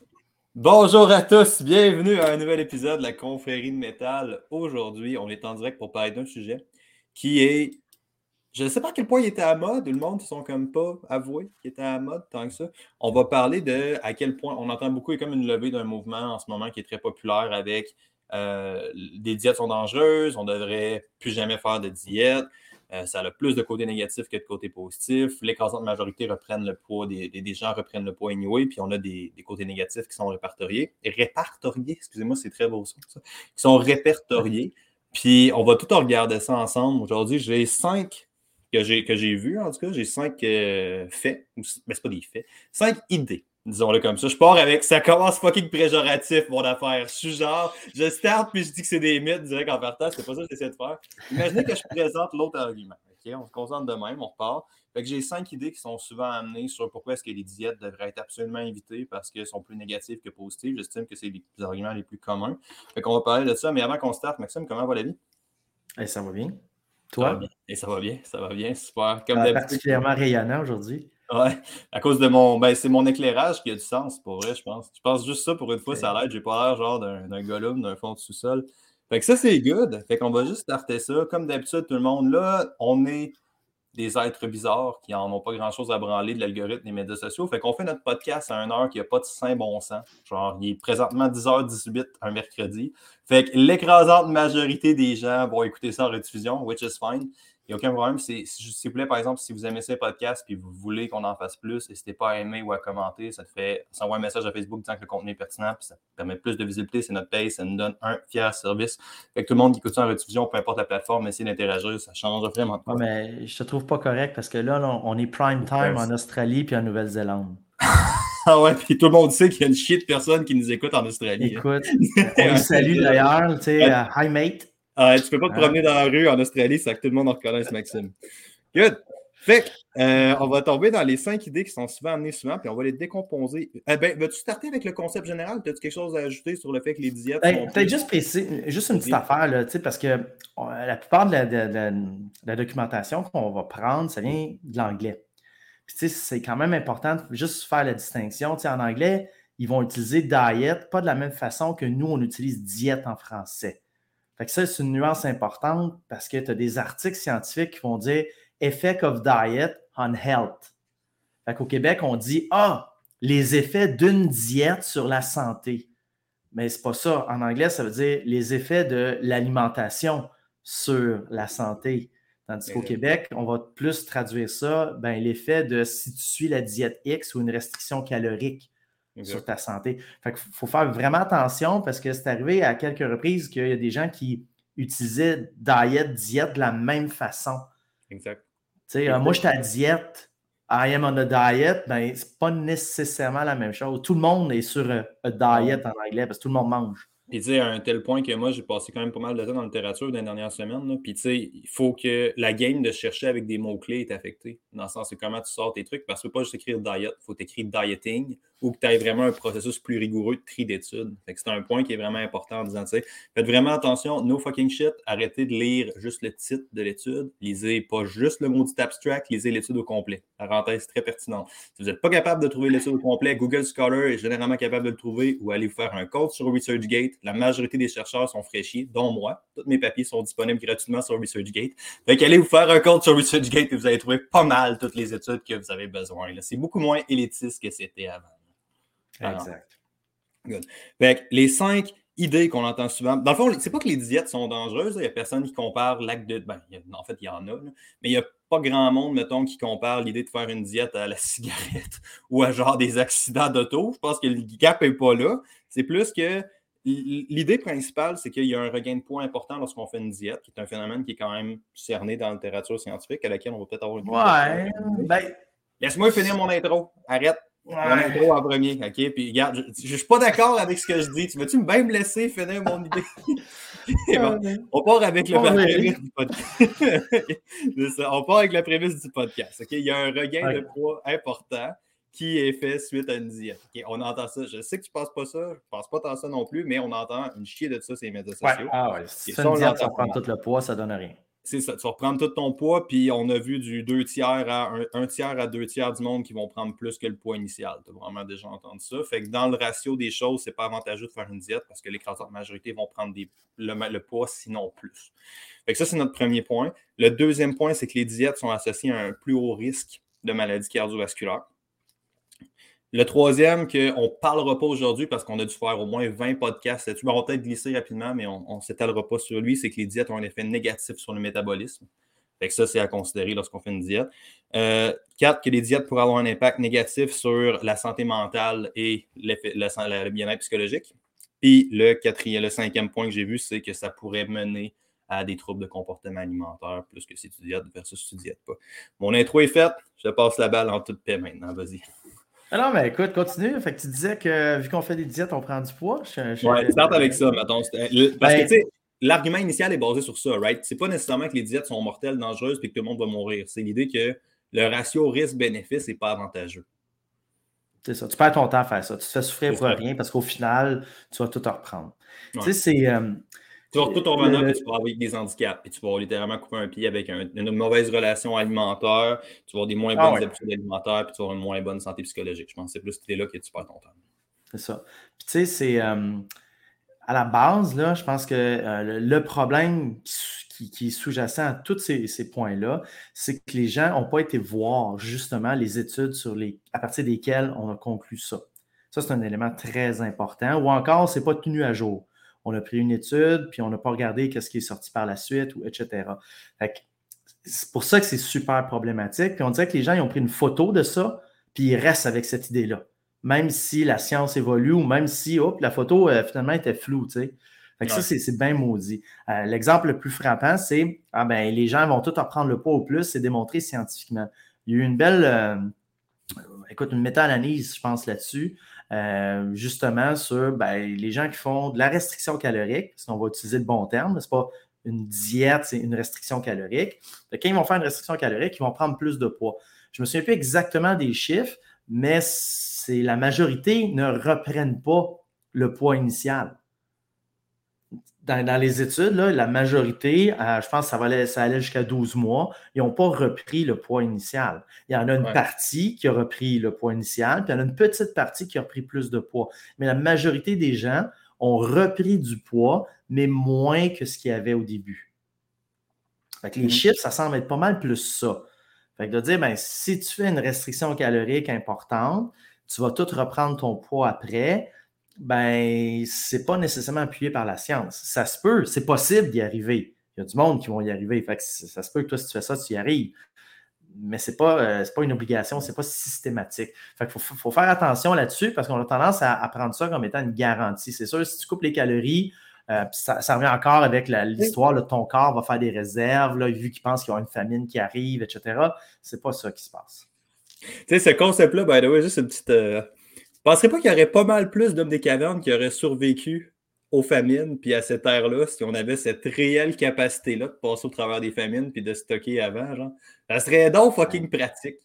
Bonjour à tous, bienvenue à un nouvel épisode de la Confrérie de Métal. Aujourd'hui, on est en direct pour parler d'un sujet qui est, je ne sais pas à quel point il était à mode, le monde ne sont comme pas avoués qu'il était à mode tant que ça. On va parler de à quel point, on entend beaucoup, il y a comme une levée d'un mouvement en ce moment qui est très populaire avec des diètes sont dangereuses, on ne devrait plus jamais faire de diète. Ça a plus de côté négatif que de côté positif. L'écrasante majorité reprennent le poids, des gens reprennent le poids anyway, puis on a des côtés négatifs qui sont répertoriés. Excusez-moi, c'est très beau ça. Qui sont répertoriés. Puis on va tout regarder ça ensemble. Aujourd'hui, j'ai 5 que j'ai vus, en tout cas. J'ai 5 faits, mais c'est pas des faits, 5 idées. Disons-le comme ça. Je pars avec ça commence fucking péjoratif, mon affaire. Je suis genre, je starte puis je dis que c'est des mythes direct en partant. C'est pas ça que j'essaie de faire. Imaginez que je présente l'autre argument. Okay? On se concentre de même, on repart. Fait que j'ai 5 idées qui sont souvent amenées sur pourquoi est-ce que les diètes devraient être absolument évitées parce qu'elles sont plus négatives que positives. J'estime que c'est les arguments les plus communs. Fait qu'on va parler de ça. Mais avant qu'on starte, Maxime, comment va la vie? Ça va bien. Ça va Toi? bien. Et ça va bien, super. Comme Ça va d'habitude. particulièrement rayonnant aujourd'hui. Ouais, à cause de mon. Ben, c'est mon éclairage qui a du sens, pour vrai, je pense. Je pense juste ça pour une fois, ça l'aide. J'ai pas l'air genre d'un gollum, d'un fond de sous-sol. Fait que ça, c'est good. Fait qu'on va juste starter ça. Comme d'habitude, tout le monde, là, on est des êtres bizarres qui n'en ont pas grand-chose à branler de l'algorithme des médias sociaux. Fait qu'on fait notre podcast à 1 heure qui n'a pas de saint bon sens. Genre, il est présentement 10h18 un mercredi. Fait que l'écrasante majorité des gens vont écouter ça en rediffusion, which is fine. Il n'y a aucun problème. S'il vous plaît, par exemple, si vous aimez ce podcast et vous voulez qu'on en fasse plus, n'hésitez pas à aimer ou à commenter. Ça envoie un message à Facebook disant que le contenu est pertinent puis ça permet plus de visibilité. C'est notre paye. Ça nous donne un fier service. Fait que tout le monde qui écoute ça en rediffusion, peu importe la plateforme, essaie d'interagir. Ça change vraiment. Ouais, mais je te trouve pas correct parce que là, on est prime time en Australie puis en Nouvelle-Zélande. Ah ouais, puis tout le monde sait qu'il y a une chier de personnes qui nous écoutent en Australie. Écoute, on les salue d'ailleurs. Tu sais, hi mate. Tu peux pas te promener dans la rue en Australie, c'est que tout le monde en reconnaisse Maxime. Good. Fait on va tomber dans les 5 idées qui sont souvent amenées souvent, puis on va les décomposer. Veux-tu starter avec le concept général? As-tu quelque chose à ajouter sur le fait que les diètes sont... Peut-être juste une petite affaire, là, parce que la plupart de la documentation qu'on va prendre, ça vient de l'anglais. Puis, c'est quand même important de juste faire la distinction. En anglais, ils vont utiliser diet, pas de la même façon que nous, on utilise diète en français. Fait que ça, c'est une nuance importante parce que tu as des articles scientifiques qui vont dire Effect of diet on health. Fait qu'au Québec, on dit les effets d'une diète sur la santé. Mais c'est pas ça. En anglais, ça veut dire les effets de l'alimentation sur la santé. Tandis qu'au Québec, on va plus traduire ça, l'effet de si tu suis la diète X ou une restriction calorique sur ta santé. Fait qu'il faut faire vraiment attention parce que c'est arrivé à quelques reprises qu'il y a des gens qui utilisaient diète de la même façon. Exact. Moi, j'étais à diète. I am on a diet, c'est pas nécessairement la même chose. Tout le monde est sur a diet en anglais parce que tout le monde mange. Puis, tu sais, à un tel point que moi, j'ai passé quand même pas mal de temps dans la littérature dans les dernières semaines. Là. Puis, tu sais, il faut que la game de chercher avec des mots-clés est affectée. Dans le sens, c'est comment tu sors tes trucs. Parce que tu peux pas juste écrire diet. Il faut t'écrire dieting ou que tu aies vraiment un processus plus rigoureux de tri d'études. Fait que c'est un point qui est vraiment important en disant, tu sais, faites vraiment attention. No fucking shit. Arrêtez de lire juste le titre de l'étude. Lisez pas juste le maudit abstract. Lisez l'étude au complet. La parenthèse très pertinente. Si vous n'êtes pas capable de trouver l'étude au complet, Google Scholar est généralement capable de le trouver ou allez vous faire un code sur ResearchGate. La majorité des chercheurs sont fraîchis, dont moi. Tous mes papiers sont disponibles gratuitement sur ResearchGate. Fait qu'allez vous faire un compte sur ResearchGate et vous allez trouver pas mal toutes les études que vous avez besoin. Là. C'est beaucoup moins élitiste que c'était avant. Exact. Good. Fait que les 5 idées qu'on entend souvent. Dans le fond, c'est pas que les diètes sont dangereuses. Il n'y a personne qui compare l'acte de. En fait, il y en a, là, mais il n'y a pas grand monde, mettons, qui compare l'idée de faire une diète à la cigarette ou à genre des accidents d'auto. Je pense que le gap n'est pas là. C'est plus que l'idée principale, c'est qu'il y a un regain de poids important lorsqu'on fait une diète, qui est un phénomène qui est quand même cerné dans la littérature scientifique, à laquelle on va peut-être avoir une Laisse-moi finir mon intro. Arrête. Mon intro en premier, OK? Puis regarde, je ne suis pas d'accord avec ce que je dis. Tu veux-tu bien me laisser finir mon idée? Bon, on part avec la prémisse du podcast. On part avec la prémisse du podcast. OK? Il y a un regain de poids important qui est fait suite à une diète. Okay? On entend ça. Je sais que tu ne penses pas ça. Je ne pense pas tant ça non plus, mais on entend une chier de ça sur les médias sociaux. Si tu fais une diète, ça prend tout le poids, ça ne donne rien. c'est ça. Tu vas reprendre tout ton poids, puis on a vu du 2 tiers à 1 tiers à 2 tiers du monde qui vont prendre plus que le poids initial. Tu as vraiment déjà entendu ça. Fait que dans le ratio des choses, c'est pas avantageux de faire une diète parce que l'écrasante majorité vont prendre le poids, sinon plus. Fait que ça, c'est notre premier point. Le deuxième point, c'est que les diètes sont associées à un plus haut risque de maladies cardiovasculaires. Le troisième, qu'on ne parlera pas aujourd'hui parce qu'on a dû faire au moins 20 podcasts là-dessus. On va peut-être glisser rapidement, mais on ne s'étalera pas sur lui, c'est que les diètes ont un effet négatif sur le métabolisme. Fait que ça, c'est à considérer lorsqu'on fait une diète. 4, que les diètes pourraient avoir un impact négatif sur la santé mentale et le bien-être psychologique. Puis le cinquième point que j'ai vu, c'est que ça pourrait mener à des troubles de comportement alimentaire plus que si tu diètes versus si tu diètes pas. Mon intro est faite. Je te passe la balle en toute paix maintenant. Vas-y. Ah non, mais écoute, continue. Fait que tu disais que vu qu'on fait des diètes, on prend du poids. Ouais, start avec ça, mettons. Parce que, tu sais, l'argument initial est basé sur ça, right? C'est pas nécessairement que les diètes sont mortelles, dangereuses et que tout le monde va mourir. C'est l'idée que le ratio risque-bénéfice n'est pas avantageux. C'est ça. Tu perds ton temps à faire ça. Tu te fais souffrir pour rien parce qu'au final, tu vas tout te reprendre. Ouais. Tu sais, c'est. Tu vas tout ton revenant et tu vas avoir des handicaps. Puis tu vas littéralement couper un pied avec une mauvaise relation alimentaire. Tu vas avoir des moins bonnes habitudes alimentaires. Puis tu vas avoir une moins bonne santé psychologique. Je pense que c'est plus cette idée-là que tu perds ton temps. C'est ça. Puis tu sais, c'est. À la base, là, je pense que le problème qui est sous-jacent à tous ces points-là, c'est que les gens n'ont pas été voir justement les études à partir desquelles on a conclu ça. Ça, c'est un élément très important. Ou encore, ce n'est pas tenu à jour. On a pris une étude, puis on n'a pas regardé ce qui est sorti par la suite, ou etc. Fait que c'est pour ça que c'est super problématique. Puis on dirait que les gens ils ont pris une photo de ça, puis ils restent avec cette idée-là. Même si la science évolue ou même si la photo finalement était floue. Tu sais. Fait que ça, c'est bien maudit. L'exemple le plus frappant, c'est les gens vont tous reprendre le poids au plus, c'est démontré scientifiquement. Il y a eu une belle une méta-analyse, je pense, là-dessus, justement sur les gens qui font de la restriction calorique, parce qu'on va utiliser le bon terme, c'est pas une diète, c'est une restriction calorique. Fait que quand ils vont faire une restriction calorique, ils vont prendre plus de poids. Je ne me souviens plus exactement des chiffres, mais la majorité ne reprennent pas le poids initial. Dans les études, là, la majorité, je pense que ça allait jusqu'à 12 mois, ils n'ont pas repris le poids initial. Il y en a une partie qui a repris le poids initial, puis il y en a une petite partie qui a repris plus de poids. Mais la majorité des gens ont repris du poids, mais moins que ce qu'il y avait au début. Fait que les chiffres, ça semble être pas mal plus ça. Fait que de dire, si tu fais une restriction calorique importante, tu vas tout reprendre ton poids après, c'est pas nécessairement appuyé par la science. Ça se peut, c'est possible d'y arriver. Il y a du monde qui vont y arriver. Fait que ça se peut que toi, si tu fais ça, tu y arrives. Mais c'est pas une obligation, c'est pas systématique. Fait qu'il faut faire attention là-dessus parce qu'on a tendance à prendre ça comme étant une garantie. C'est sûr, si tu coupes les calories, ça revient encore avec l'histoire, là, ton corps va faire des réserves, là, vu qu'il pense qu'il y a une famine qui arrive, etc. C'est pas ça qui se passe. Tu sais, ce concept-là, by the way, juste une petite... Je ne penserais pas qu'il y aurait pas mal plus d'hommes des cavernes qui auraient survécu aux famines puis à cette ère-là si on avait cette réelle capacité-là de passer au travers des famines puis de stocker avant, genre. Ça serait donc fucking pratique.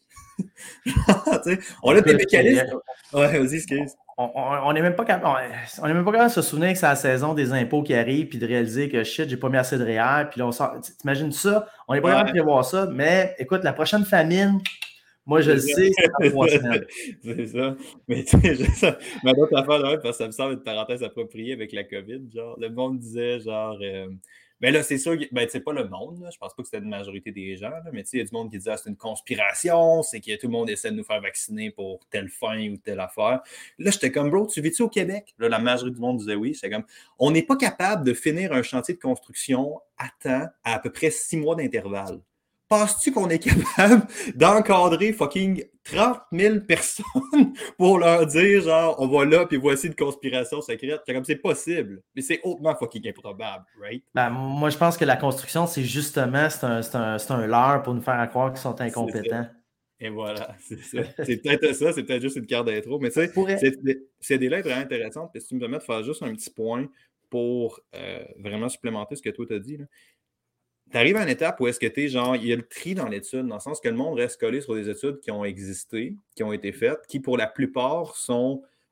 On a des mécanismes. Ouais, vas-y, excuse. On n'est même pas capable de se souvenir que c'est la saison des impôts qui arrive puis de réaliser que shit, j'ai pas mis assez de REER. Puis là, on sort. T'imagines ça? On n'est pas capable de prévoir ça, mais écoute, la prochaine famine, moi, je le sais, c'est dans 3 semaines. C'est ça. Mais tu sais, ma d'autre affaire, parce que ça me semble une parenthèse appropriée avec la COVID. Genre, le monde disait, genre. Mais là, c'est sûr, c'est pas le monde, là. Je pense pas que c'était une majorité des gens, là, mais tu sais, il y a du monde qui disait c'est une conspiration, c'est que tout le monde essaie de nous faire vacciner pour telle fin ou telle affaire. Là, j'étais comme, bro, tu vis-tu au Québec? Là, la majorité du monde disait oui. J'étais comme, on n'est pas capable de finir un chantier de construction à temps, à peu près 6 mois d'intervalle. Penses-tu qu'on est capable d'encadrer fucking 30 000 personnes pour leur dire, genre, on va là, puis voici une conspiration secrète? C'est comme, c'est possible, mais c'est hautement fucking improbable, right? Moi, je pense que la construction, c'est justement, c'est un leurre pour nous faire croire qu'ils sont incompétents. Et voilà, c'est ça. C'est peut-être ça, c'est peut-être juste une carte d'intro, mais tu sais, c'est des lettres vraiment intéressantes, puis si tu me permets de faire juste un petit point pour vraiment supplémenter ce que toi t'as dit, là. Tu arrives à une étape où est-ce que tu es genre, il y a le tri dans l'étude, dans le sens que le monde reste collé sur des études qui ont existé, qui ont été faites, qui pour la plupart sont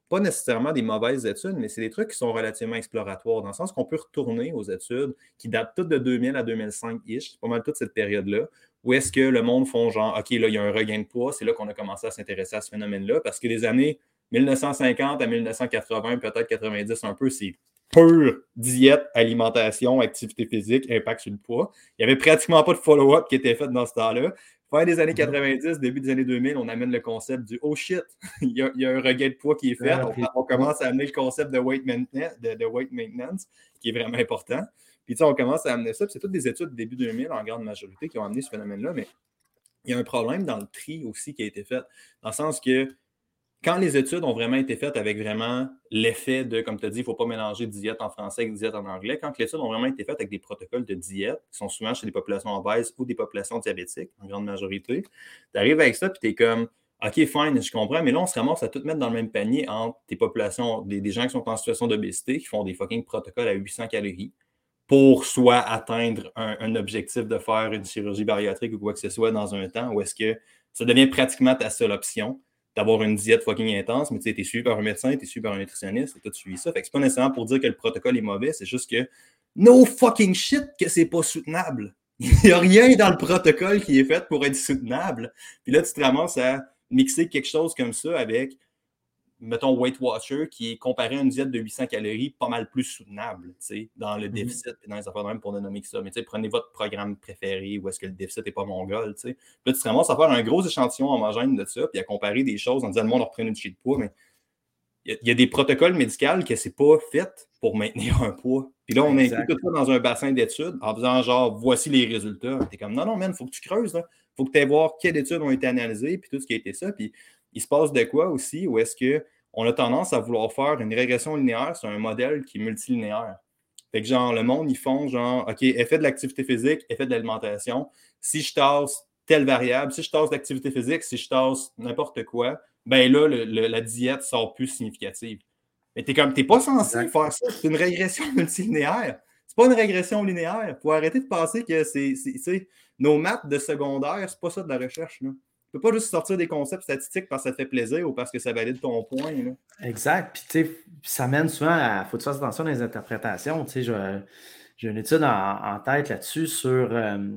pas nécessairement des mauvaises études, mais c'est des trucs qui sont relativement exploratoires, dans le sens qu'on peut retourner aux études qui datent toutes de 2000 à 2005-ish, c'est pas mal toute cette période-là, où est-ce que le monde font genre, OK, là, il y a un regain de poids, c'est là qu'on a commencé à s'intéresser à ce phénomène-là, parce que les années 1950 à 1980, peut-être 90 un peu, c'est pure diète, alimentation, activité physique, impact sur le poids. Il n'y avait pratiquement pas de follow-up qui était fait dans ce temps-là. Fin des années 90, début des années 2000, on amène le concept du « oh shit, il y a un regain de poids qui est fait ». On commence à amener le concept de weight maintenance, qui est vraiment important. Puis on commence à amener ça. Puis c'est toutes des études début 2000 en grande majorité qui ont amené ce phénomène-là. Mais il y a un problème dans le tri aussi qui a été fait. Dans le sens que quand les études ont vraiment été faites avec vraiment l'effet de, comme tu as dit, il ne faut pas mélanger diète en français avec diète en anglais, quand les études ont vraiment été faites avec des protocoles de diète, qui sont souvent chez des populations obèses ou des populations diabétiques, en grande majorité, tu arrives avec ça, puis tu es comme, OK, fine, je comprends, mais là, on se ramasse à tout mettre dans le même panier entre tes populations, des gens qui sont en situation d'obésité, qui font des fucking protocoles à 800 calories, pour soit atteindre un objectif de faire une chirurgie bariatrique ou quoi que ce soit dans un temps, où est-ce que ça devient pratiquement ta seule option d'avoir une diète fucking intense, mais tu sais, t'es suivi par un médecin, t'es suivi par un nutritionniste, et tout suivi ça. Fait que c'est pas nécessairement pour dire que le protocole est mauvais, c'est juste que no fucking shit que c'est pas soutenable. Il n'y a rien dans le protocole qui est fait pour être soutenable. Puis là, tu te ramasses à mixer quelque chose comme ça avec, mettons, Weight Watcher, qui est comparé à une diète de 800 calories pas mal plus soutenable, tu sais, dans le déficit et dans les affaires de même pour ne nommer que ça. Mais tu sais, prenez votre programme préféré où est-ce que le déficit n'est pas mongol, tu sais. Là, tu te ramasses à faire un gros échantillon homogène de ça, puis à comparer des choses en disant, le monde, on reprend une chute de poids, mais il y a des protocoles médicaux que c'est pas fait pour maintenir un poids. Puis là, on inclut tout ça dans un bassin d'études en disant, genre, voici les résultats. T'es comme, non, man, il faut que tu creuses, là. Faut que tu ailles voir quelles études ont été analysées, puis tout ce qui a été ça. Puis il se passe de quoi aussi, où est-ce qu'on a tendance à vouloir faire une régression linéaire sur un modèle qui est multilinéaire. Fait que genre, le monde, ils font genre, OK, effet de l'activité physique, effet de l'alimentation. Si je tasse telle variable, si je tasse l'activité physique, si je tasse n'importe quoi, ben là, la diète sort plus significative. Mais t'es pas censé faire ça. C'est une régression multilinéaire. C'est pas une régression linéaire. Il faut arrêter de penser que c'est nos maths de secondaire, c'est pas ça de la recherche, là. Tu peux pas juste sortir des concepts statistiques parce que ça te fait plaisir ou parce que ça valide ton point, là. Exact. Puis, tu sais, ça mène souvent à. Faut que tu fasses attention dans les interprétations. Tu sais, j'ai une étude en tête là-dessus sur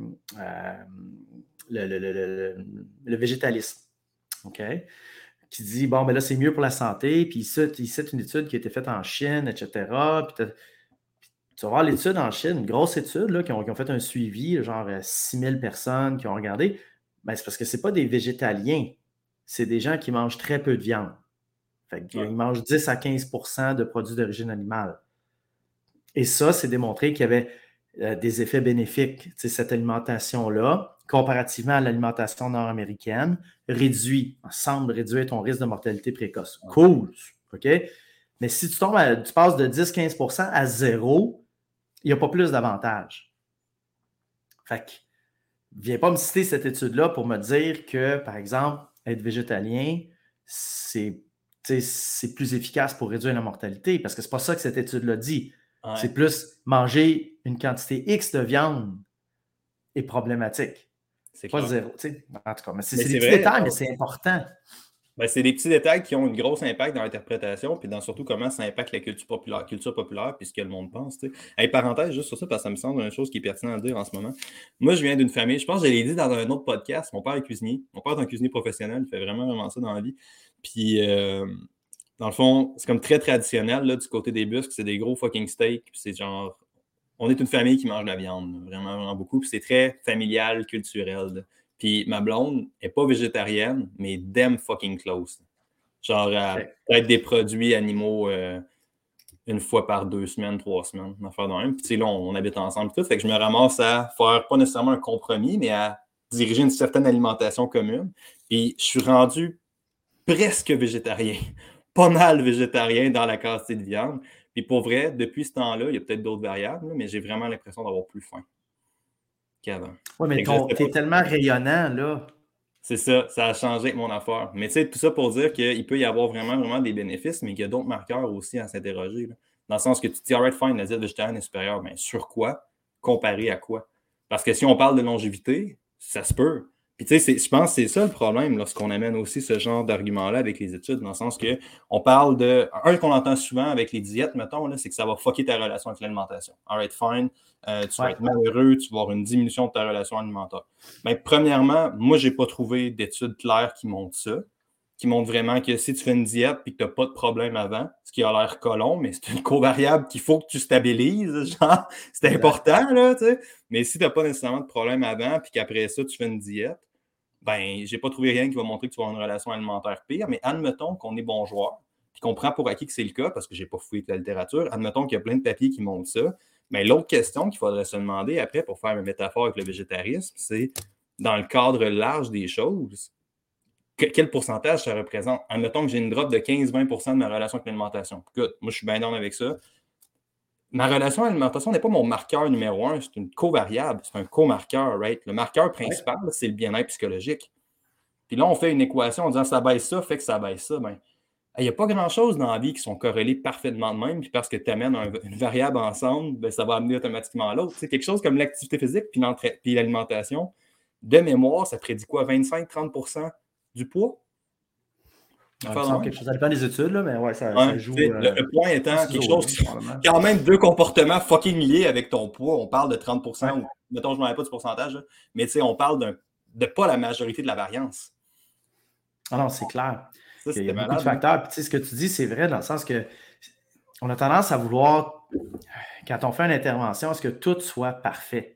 le végétalisme. OK? Qui dit, bon, ben là, c'est mieux pour la santé. Puis, il cite une étude qui a été faite en Chine, etc. Puis, tu vas voir l'étude en Chine, une grosse étude, là, qui ont fait un suivi, genre 6000 personnes qui ont regardé. Ben, c'est parce que ce n'est pas des végétaliens. C'est des gens qui mangent très peu de viande. Fait qu'ils mangent 10 à 15% de produits d'origine animale. Et ça, c'est démontré qu'il y avait des effets bénéfiques. Tu sais, cette alimentation-là, comparativement à l'alimentation nord-américaine, semble réduire ton risque de mortalité précoce. Cool! OK? Mais si tu passes de 10-15% à zéro, il n'y a pas plus d'avantages. Fait que, viens pas me citer cette étude-là pour me dire que, par exemple, être végétalien, c'est plus efficace pour réduire la mortalité, parce que c'est pas ça que cette étude-là dit. Ouais. C'est plus manger une quantité X de viande est problématique. C'est pas zéro. En tout cas, mais c'est des petits détails, mais c'est important. Ben, c'est des petits détails qui ont un gros impact dans l'interprétation, puis dans surtout comment ça impacte la culture populaire puis ce que le monde pense. Hey, parenthèse, juste sur ça, parce que ça me semble une chose qui est pertinente à dire en ce moment. Moi, je viens d'une famille, je pense que je l'ai dit dans un autre podcast, mon père est cuisinier. Mon père est un cuisinier professionnel, il fait vraiment ça dans la vie. Puis, dans le fond, c'est comme très traditionnel, là, du côté des busques, c'est des gros fucking steaks, puis c'est genre, on est une famille qui mange de la viande, vraiment beaucoup, puis c'est très familial, culturel, là. Puis ma blonde n'est pas végétarienne, mais damn fucking close. Genre, peut-être des produits animaux une fois par 2 semaines, 3 semaines, en faire de même. Puis là, on habite ensemble tout. Fait que je me ramasse à faire pas nécessairement un compromis, mais à diriger une certaine alimentation commune. Puis je suis rendu presque végétarien. Pas mal végétarien dans la quantité de viande. Puis pour vrai, depuis ce temps-là, il y a peut-être d'autres variables, mais j'ai vraiment l'impression d'avoir plus faim qu'avant. Oui, mais t'es tellement rayonnant, là. C'est ça, ça a changé avec mon affaire. Mais tu sais, tout ça pour dire qu'il peut y avoir vraiment des bénéfices, mais qu'il y a d'autres marqueurs aussi à s'interroger. Là. Dans le sens que tu te dis, alright, fine, la diète végétarienne est supérieure, mais sur quoi? Comparé à quoi? Parce que si on parle de longévité, ça se peut. Puis tu sais, je pense que c'est ça le problème lorsqu'on amène aussi ce genre d'argument-là avec les études, dans le sens que on parle de. Un qu'on entend souvent avec les diètes, mettons, là, c'est que ça va fucker ta relation avec l'alimentation. All right, fine. Tu vas être malheureux, tu vas avoir une diminution de ta relation alimentaire. Mais premièrement, moi, j'ai pas trouvé d'études claires qui montrent ça, qui montrent vraiment que si tu fais une diète et que tu n'as pas de problème avant, ce qui a l'air colon, mais c'est une covariable qu'il faut que tu stabilises, genre, c'est important, là, tu sais. Mais si tu n'as pas nécessairement de problème avant puis qu'après ça, tu fais une diète, ben, j'ai pas trouvé rien qui va montrer que tu vas avoir une relation alimentaire pire, mais admettons qu'on est bon joueur, puis qu'on prend pour acquis que c'est le cas, parce que j'ai pas fouillé la littérature, admettons qu'il y a plein de papiers qui montrent ça, mais l'autre question qu'il faudrait se demander après pour faire une métaphore avec le végétarisme, c'est dans le cadre large des choses, quel pourcentage ça représente? Admettons que j'ai une drop de 15-20% de ma relation avec l'alimentation. Écoute, moi je suis bien down avec ça. Ma relation à l'alimentation n'est pas mon marqueur numéro un, c'est une covariable, c'est un co-marqueur, right? Le marqueur principal, c'est le bien-être psychologique. Puis là, on fait une équation en disant ça baisse ça, fait que ça baisse ça. Ben, il n'y a pas grand-chose dans la vie qui sont corrélés parfaitement de même. Puis parce que tu amènes une variable ensemble, ben, ça va amener automatiquement l'autre. C'est quelque chose comme l'activité physique puis l'alimentation. De mémoire, ça prédit quoi? 25-30% du poids? Ça dépend des études, là, mais ouais, ça joue. Le point étant quelque chose qui a quand même deux comportements fucking liés avec ton poids. On parle de 30%, ou mettons, je ne me rappelle pas du pourcentage, là, mais on parle de pas la majorité de la variance. Ah non, c'est clair. Ça, il y a beaucoup de facteurs. Puis, ce que tu dis, c'est vrai dans le sens que on a tendance à vouloir, quand on fait une intervention, à ce que tout soit parfait.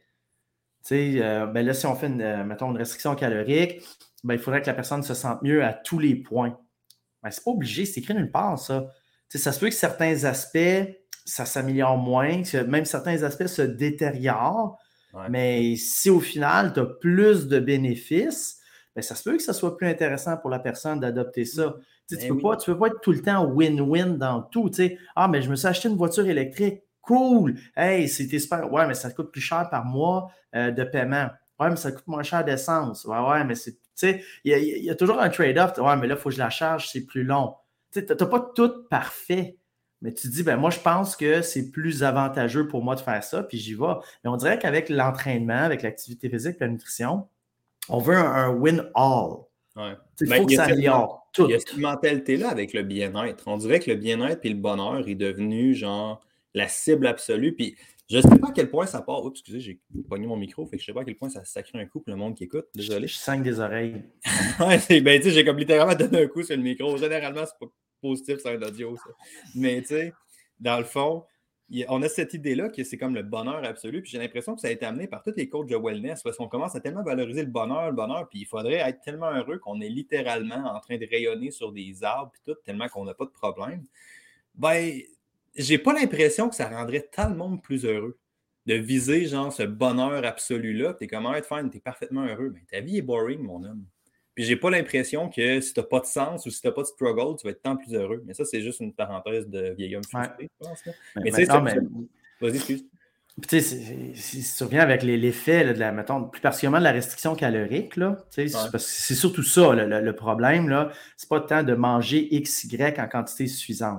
Ben là, si on fait mettons, une restriction calorique, ben, il faudrait que la personne se sente mieux à tous les points. Ben, c'est pas obligé, c'est écrit nulle part, ça. Ça se peut que certains aspects, ça s'améliore moins, que même certains aspects se détériorent, mais si au final, tu as plus de bénéfices, ben, ça se peut que ça soit plus intéressant pour la personne d'adopter ça. Tu peux pas être tout le temps win-win dans tout. Ah, mais je me suis acheté une voiture électrique. Cool! Hey, c'était super. Ouais, mais ça coûte plus cher par mois de paiement. Ouais, mais ça coûte moins cher d'essence. Ouais, mais c'est. Il y a toujours un trade-off. Ouais, mais là, il faut que je la charge, c'est plus long. Tu n'as pas tout parfait. Mais tu te dis, ben moi, je pense que c'est plus avantageux pour moi de faire ça, puis j'y vais. Mais on dirait qu'avec l'entraînement, avec l'activité physique, la nutrition, on veut un win-all. Il faut que ça améliore tout. Il y a cette mentalité-là avec le bien-être. On dirait que le bien-être et le bonheur est devenu genre la cible absolue. Puis je ne sais pas à quel point ça part. Oups, excusez, j'ai pogné mon micro, fait que je ne sais pas à quel point ça sacre un coup pour le monde qui écoute. Désolé. Je saigne des oreilles. Ben, tu sais, j'ai comme littéralement donné un coup sur le micro. Généralement, c'est pas positif sur un audio, ça. Mais tu sais, dans le fond, on a cette idée-là que c'est comme le bonheur absolu. Puis j'ai l'impression que ça a été amené par tous les coachs de wellness parce qu'on commence à tellement valoriser le bonheur, puis il faudrait être tellement heureux qu'on est littéralement en train de rayonner sur des arbres, puis tout, tellement qu'on n'a pas de problème. Ben, j'ai pas l'impression que ça rendrait tant le monde plus heureux de viser, genre, ce bonheur absolu-là. T'es comme, être fine, t'es parfaitement heureux. Ben, ta vie est boring, mon homme. Puis j'ai pas l'impression que si t'as pas de sens ou si t'as pas de struggle, tu vas être tant plus heureux. Mais ça, c'est juste une parenthèse de vieil homme frustré, je pense. Là. Mais tu sais, vas-y, excuse. Tu sais, si tu reviens avec l'effet, mettons, plus particulièrement de la restriction calorique, là, parce que c'est surtout ça, le problème, là, c'est pas tant de manger XY en quantité suffisante.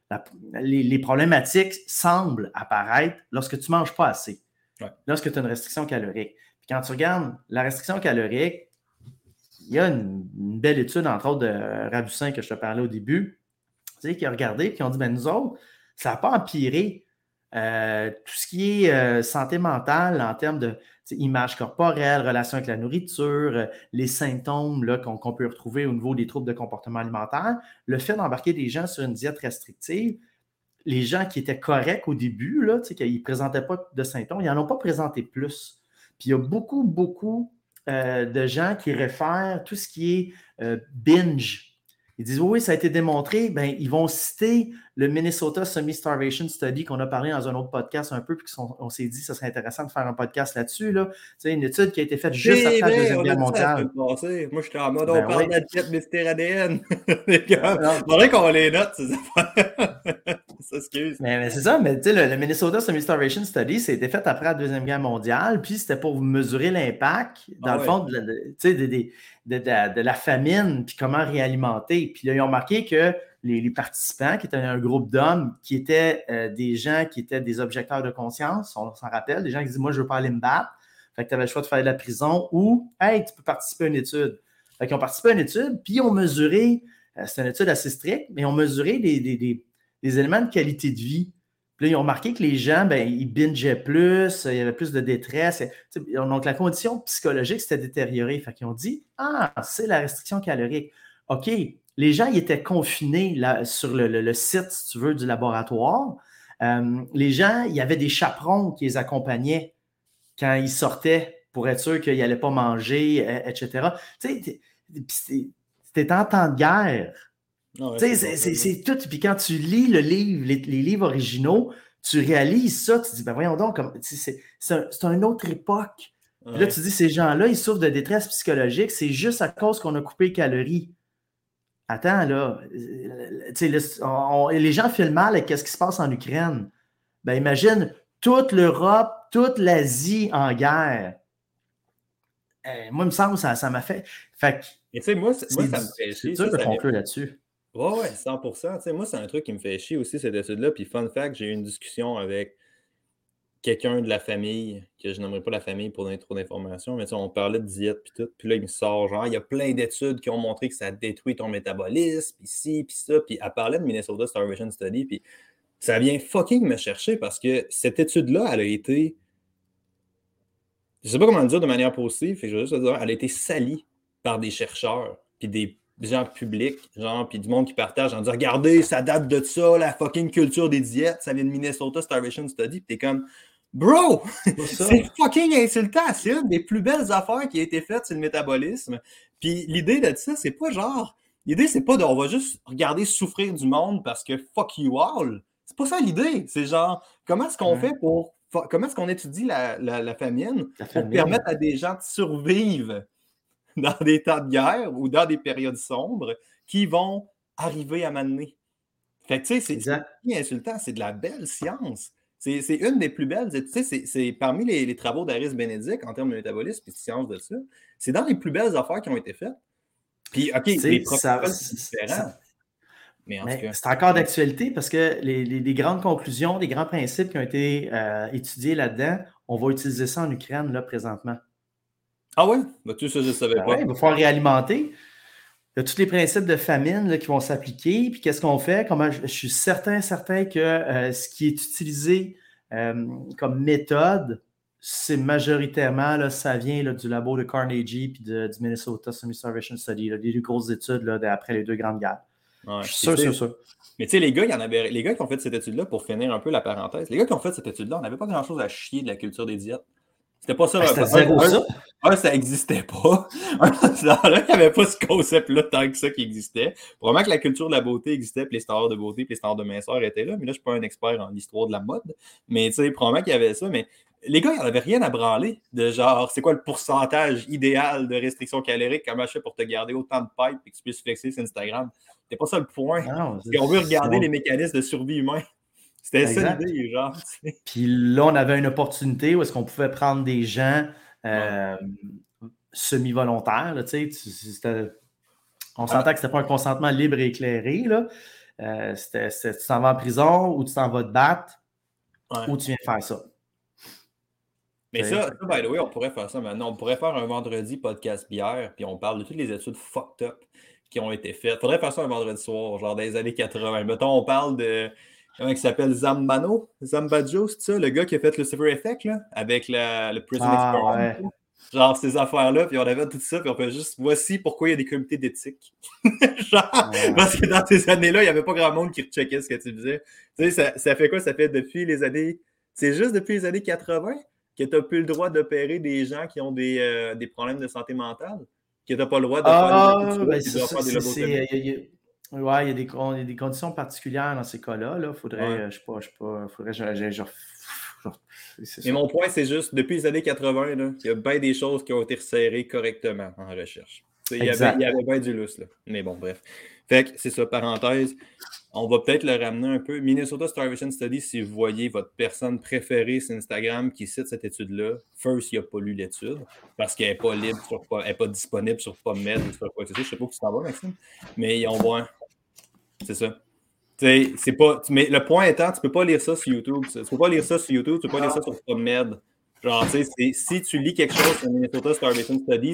Les problématiques semblent apparaître lorsque tu ne manges pas assez, lorsque tu as une restriction calorique. Puis quand tu regardes la restriction calorique, il y a une belle étude, entre autres, de Rabussin que je te parlais au début, qui a regardé et qui ont dit, ben nous autres, ça n'a pas empiré tout ce qui est santé mentale en termes de image corporelle, relation avec la nourriture, les symptômes là, qu'on peut retrouver au niveau des troubles de comportement alimentaire. Le fait d'embarquer des gens sur une diète restrictive, les gens qui étaient corrects au début, là, qu'ils ne présentaient pas de symptômes, ils n'en ont pas présenté plus. Puis il y a beaucoup de gens qui réfèrent tout ce qui est binge. Ils disent oui, ça a été démontré. Ben, ils vont citer le Minnesota Semi-Starvation Study qu'on a parlé dans un autre podcast un peu, puis on s'est dit que ce serait intéressant de faire un podcast là-dessus. Là. C'est une étude qui a été faite juste après la Deuxième Guerre mondiale. Moi, j'étais en mode on parle de la diète méditerranéenne. Il faudrait qu'on les note, ces affaires. S'excuse. Mais c'est ça, mais tu sais, le Minnesota Semi-Starvation Study, c'était fait après la Deuxième Guerre mondiale, puis c'était pour mesurer l'impact, dans le fond, de la famine, puis comment réalimenter. Puis là, ils ont marqué que les participants, qui étaient un groupe d'hommes, qui étaient des gens qui étaient des objecteurs de conscience, on s'en rappelle, des gens qui disent « moi, je ne veux pas aller me battre ». Fait que tu avais le choix de faire de la prison ou, hey, tu peux participer à une étude. Fait qu'ils ont participé à une étude, puis ils ont mesuré, c'est une étude assez stricte, mais ils ont mesuré des éléments de qualité de vie. Puis là, ils ont remarqué que les gens, ben, ils bingeaient plus, il y avait plus de détresse. Donc, la condition psychologique s'était détériorée. Fait qu'ils ont dit, c'est la restriction calorique. OK, les gens, ils étaient confinés là, sur le site, si tu veux, du laboratoire. Les gens, il y avait des chaperons qui les accompagnaient quand ils sortaient pour être sûr qu'ils n'allaient pas manger, etc. Tu sais, c'était en temps de guerre. Ouais, c'est tout. Puis quand tu lis le livre, les livres originaux, tu réalises ça, tu te dis, ben voyons donc, c'est une autre époque. Puis là, tu dis, ces gens-là, ils souffrent de détresse psychologique, c'est juste à cause qu'on a coupé les calories. Attends, là, les gens filment mal avec ce qui se passe en Ukraine. Ben imagine toute l'Europe, toute l'Asie en guerre. Moi, il me semble que ça m'a fait. Fait et tu sais, moi, ça me fait chier. C'est dur de conclure là-dessus. Ouais, 100%. Tu sais, moi, c'est un truc qui me fait chier aussi, cette étude-là. Puis, fun fact, j'ai eu une discussion avec quelqu'un de la famille, que je n'aimerais pas la famille pour donner trop d'informations, mais tu sais, on parlait de diète puis tout. Puis là, il me sort genre, il y a plein d'études qui ont montré que ça détruit ton métabolisme, puis ci, puis ça. Puis elle parlait de Minnesota Starvation Study, puis ça vient fucking me chercher parce que cette étude-là, elle a été, je sais pas comment le dire de manière positive, fait que je veux juste te dire, elle a été salie par des chercheurs, puis des gens publics, genre, puis du monde qui partage en disant, regardez, ça date de ça, la fucking culture des diètes, ça vient de Minnesota Starvation Study, puis t'es comme, bro, c'est fucking insultant, c'est une des plus belles affaires qui a été faite sur le métabolisme. Puis l'idée de ça, c'est pas genre, l'idée c'est pas de, on va juste regarder souffrir du monde parce que fuck you all. C'est pas ça l'idée, c'est genre, comment est-ce qu'on fait pour, comment est-ce qu'on étudie la famine pour permettre à des gens de survivre dans des temps de guerre ou dans des périodes sombres qui vont arriver à m'amener. Fait que tu sais, c'est insultant, c'est de la belle science. C'est une des plus belles. Tu sais, c'est parmi les travaux d'Aris Bénédicte en termes de métabolisme et de science de ça. C'est dans les plus belles affaires qui ont été faites. Puis, OK, les protocoles sont différents. Mais en tout cas, c'est encore d'actualité parce que les grandes conclusions, les grands principes qui ont été étudiés là-dedans, on va utiliser ça en Ukraine, là, présentement. Ah ouais? Bah, tout ça, je ne savais pas. Ouais, il va falloir réalimenter. Il y a tous les principes de famine là, qui vont s'appliquer. Puis qu'est-ce qu'on fait? Je suis certain que ce qui est utilisé comme méthode, c'est majoritairement, là, ça vient là, du labo de Carnegie puis du Minnesota Semi-Starvation Study, là, des deux grosses études là, après les deux grandes guerres. Ouais, je suis sûr. Mais tu sais, les gars, les gars qui ont fait cette étude-là, pour finir un peu la parenthèse, les gars qui ont fait cette étude-là, on n'avait pas grand-chose à chier de la culture des diètes. C'était pas ça. C'était zéro ça. Ça n'existait pas. Il n'y avait pas ce concept-là tant que ça qui existait. Probablement que la culture de la beauté existait, puis les standards de beauté, puis les standards de minceur étaient là. Mais là, je ne suis pas un expert en histoire de la mode. Mais tu sais, probablement qu'il y avait ça. Mais les gars, ils n'avaient rien à branler de genre, c'est quoi le pourcentage idéal de restriction calorique? Comment je fais pour te garder autant de pipes et que tu puisses flexer sur Instagram? C'était pas ça le point. Si on veut regarder les mécanismes de survie humain. C'était ça l'idée, genre. Puis là, on avait une opportunité où est-ce qu'on pouvait prendre des gens semi-volontaires. Là, on s'entend que c'était pas un consentement libre et éclairé. Là. Tu t'en vas en prison ou tu t'en vas te battre ou tu viens faire ça. Mais ça, by the way, on pourrait faire ça maintenant. On pourrait faire un vendredi podcast bière, puis on parle de toutes les études fucked up qui ont été faites. Faudrait faire ça un vendredi soir, genre dans les années 80. Mettons, on parle de... Comment il s'appelle? Zambajo, c'est ça? Le gars qui a fait le Lucifer Effect, là, avec le Prison Experiment. Ouais. Genre, ces affaires-là, puis on avait tout ça, puis on fait juste, voici pourquoi il y a des comités d'éthique. Genre, parce que dans ces années-là, il n'y avait pas grand monde qui recheckait ce que tu disais. Tu sais, ça fait quoi? Ça fait depuis les années... C'est juste depuis les années 80 que tu n'as plus le droit d'opérer des gens qui ont des problèmes de santé mentale, que tu n'as pas le droit de faire des lobotomies. Oui, il y a des conditions particulières dans ces cas-là. Là. Faudrait, Mais mon point, c'est juste, depuis les années 80, là, il y a bien des choses qui ont été resserrées correctement en recherche. Il y avait bien du lousse, là. Mais bon, bref. Fait que c'est ça, parenthèse. On va peut-être le ramener un peu. Minnesota Starvation Study, si vous voyez votre personne préférée sur Instagram qui cite cette étude-là, first, il n'a pas lu l'étude parce qu'elle n'est pas libre, elle n'est pas disponible sur PubMed ou sur quoi que ce soit. Je ne sais pas où tu t'en vas, Maxime, mais on voit. C'est ça. C'est pas, mais le point étant, tu ne peux pas lire ça sur YouTube. Tu ne peux pas lire ça sur YouTube, tu ne peux pas lire ça sur PubMed. Genre, tu sais, si tu lis quelque chose sur Minnesota Starvation Study,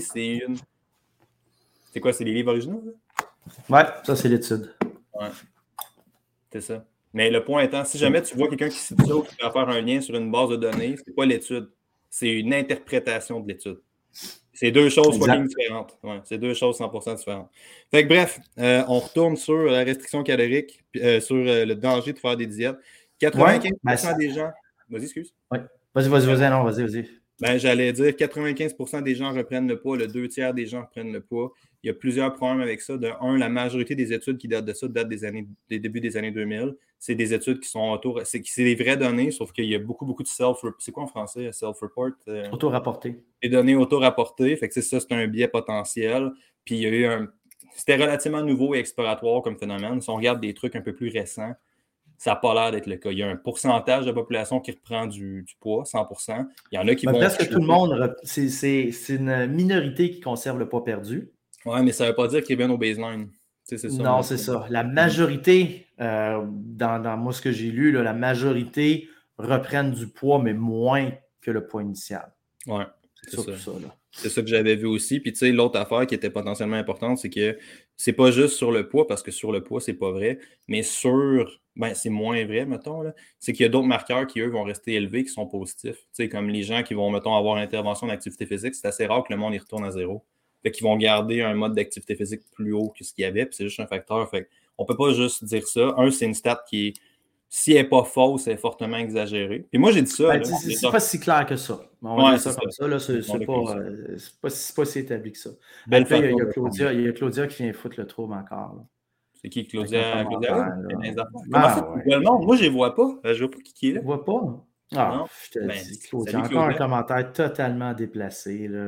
c'est quoi, c'est les livres originaux? Là? Ouais, ça, c'est l'étude. Ouais, c'est ça. Mais le point étant, si jamais tu vois quelqu'un qui cite ça ou qui va faire un lien sur une base de données, c'est pas l'étude. C'est une interprétation de l'étude. C'est deux choses fucking différentes. Ouais, c'est deux choses 100% différentes. Fait que bref, on retourne sur la restriction calorique, sur le danger de faire des diètes. 95% des gens... Vas-y, excuse. Ouais. Vas-y. Ben, j'allais dire 95% des gens reprennent le poids, le 2 tiers des gens reprennent le poids. Il y a plusieurs problèmes avec ça. De un, la majorité des études qui datent de ça datent des débuts des années 2000. C'est des études qui sont autour. C'est des vraies données, sauf qu'il y a beaucoup de c'est quoi en français, self-report? Auto-rapporté. Des données auto-rapportées. Fait que ça, c'est un biais potentiel. Puis il y a eu C'était relativement nouveau et exploratoire comme phénomène. Si on regarde des trucs un peu plus récents, ça n'a pas l'air d'être le cas. Il y a un pourcentage de la population qui reprend du poids, 100%. Il y en a qui vont... Presque tout le monde, c'est une minorité qui conserve le poids perdu. Oui, mais ça ne veut pas dire qu'ils viennent au baseline. Non, c'est ça. La majorité, dans moi, ce que j'ai lu, là, la majorité reprennent du poids, mais moins que le poids initial. Oui, c'est ça. C'est ça que j'avais vu aussi. Puis, tu sais, l'autre affaire qui était potentiellement importante, c'est que c'est pas juste sur le poids, parce que sur le poids, c'est pas vrai, mais c'est moins vrai, mettons, là. C'est qu'il y a d'autres marqueurs qui, eux, vont rester élevés, qui sont positifs. Tu sais, comme les gens qui vont, mettons, avoir l'intervention d'activité physique, c'est assez rare que le monde y retourne à zéro. Fait qu'ils vont garder un mode d'activité physique plus haut que ce qu'il y avait, puis c'est juste un facteur. Fait qu'on peut pas juste dire ça. C'est une stat qui est, si elle n'est pas fausse, elle est fortement exagérée. Puis moi, j'ai dit ça. C'est pas si clair que ça. On va dire ça comme ça. Là, c'est pas si établi que ça. Après, il y a Claudia qui vient foutre le trouble encore. Là. C'est qui, Claudia? Comment ça, le monde? Moi, je ne les vois pas. Je ne vois pas qui est là. Tu ne vois pas? Ah, non? Je te dis, Claudia. Encore un commentaire totalement déplacé. Là.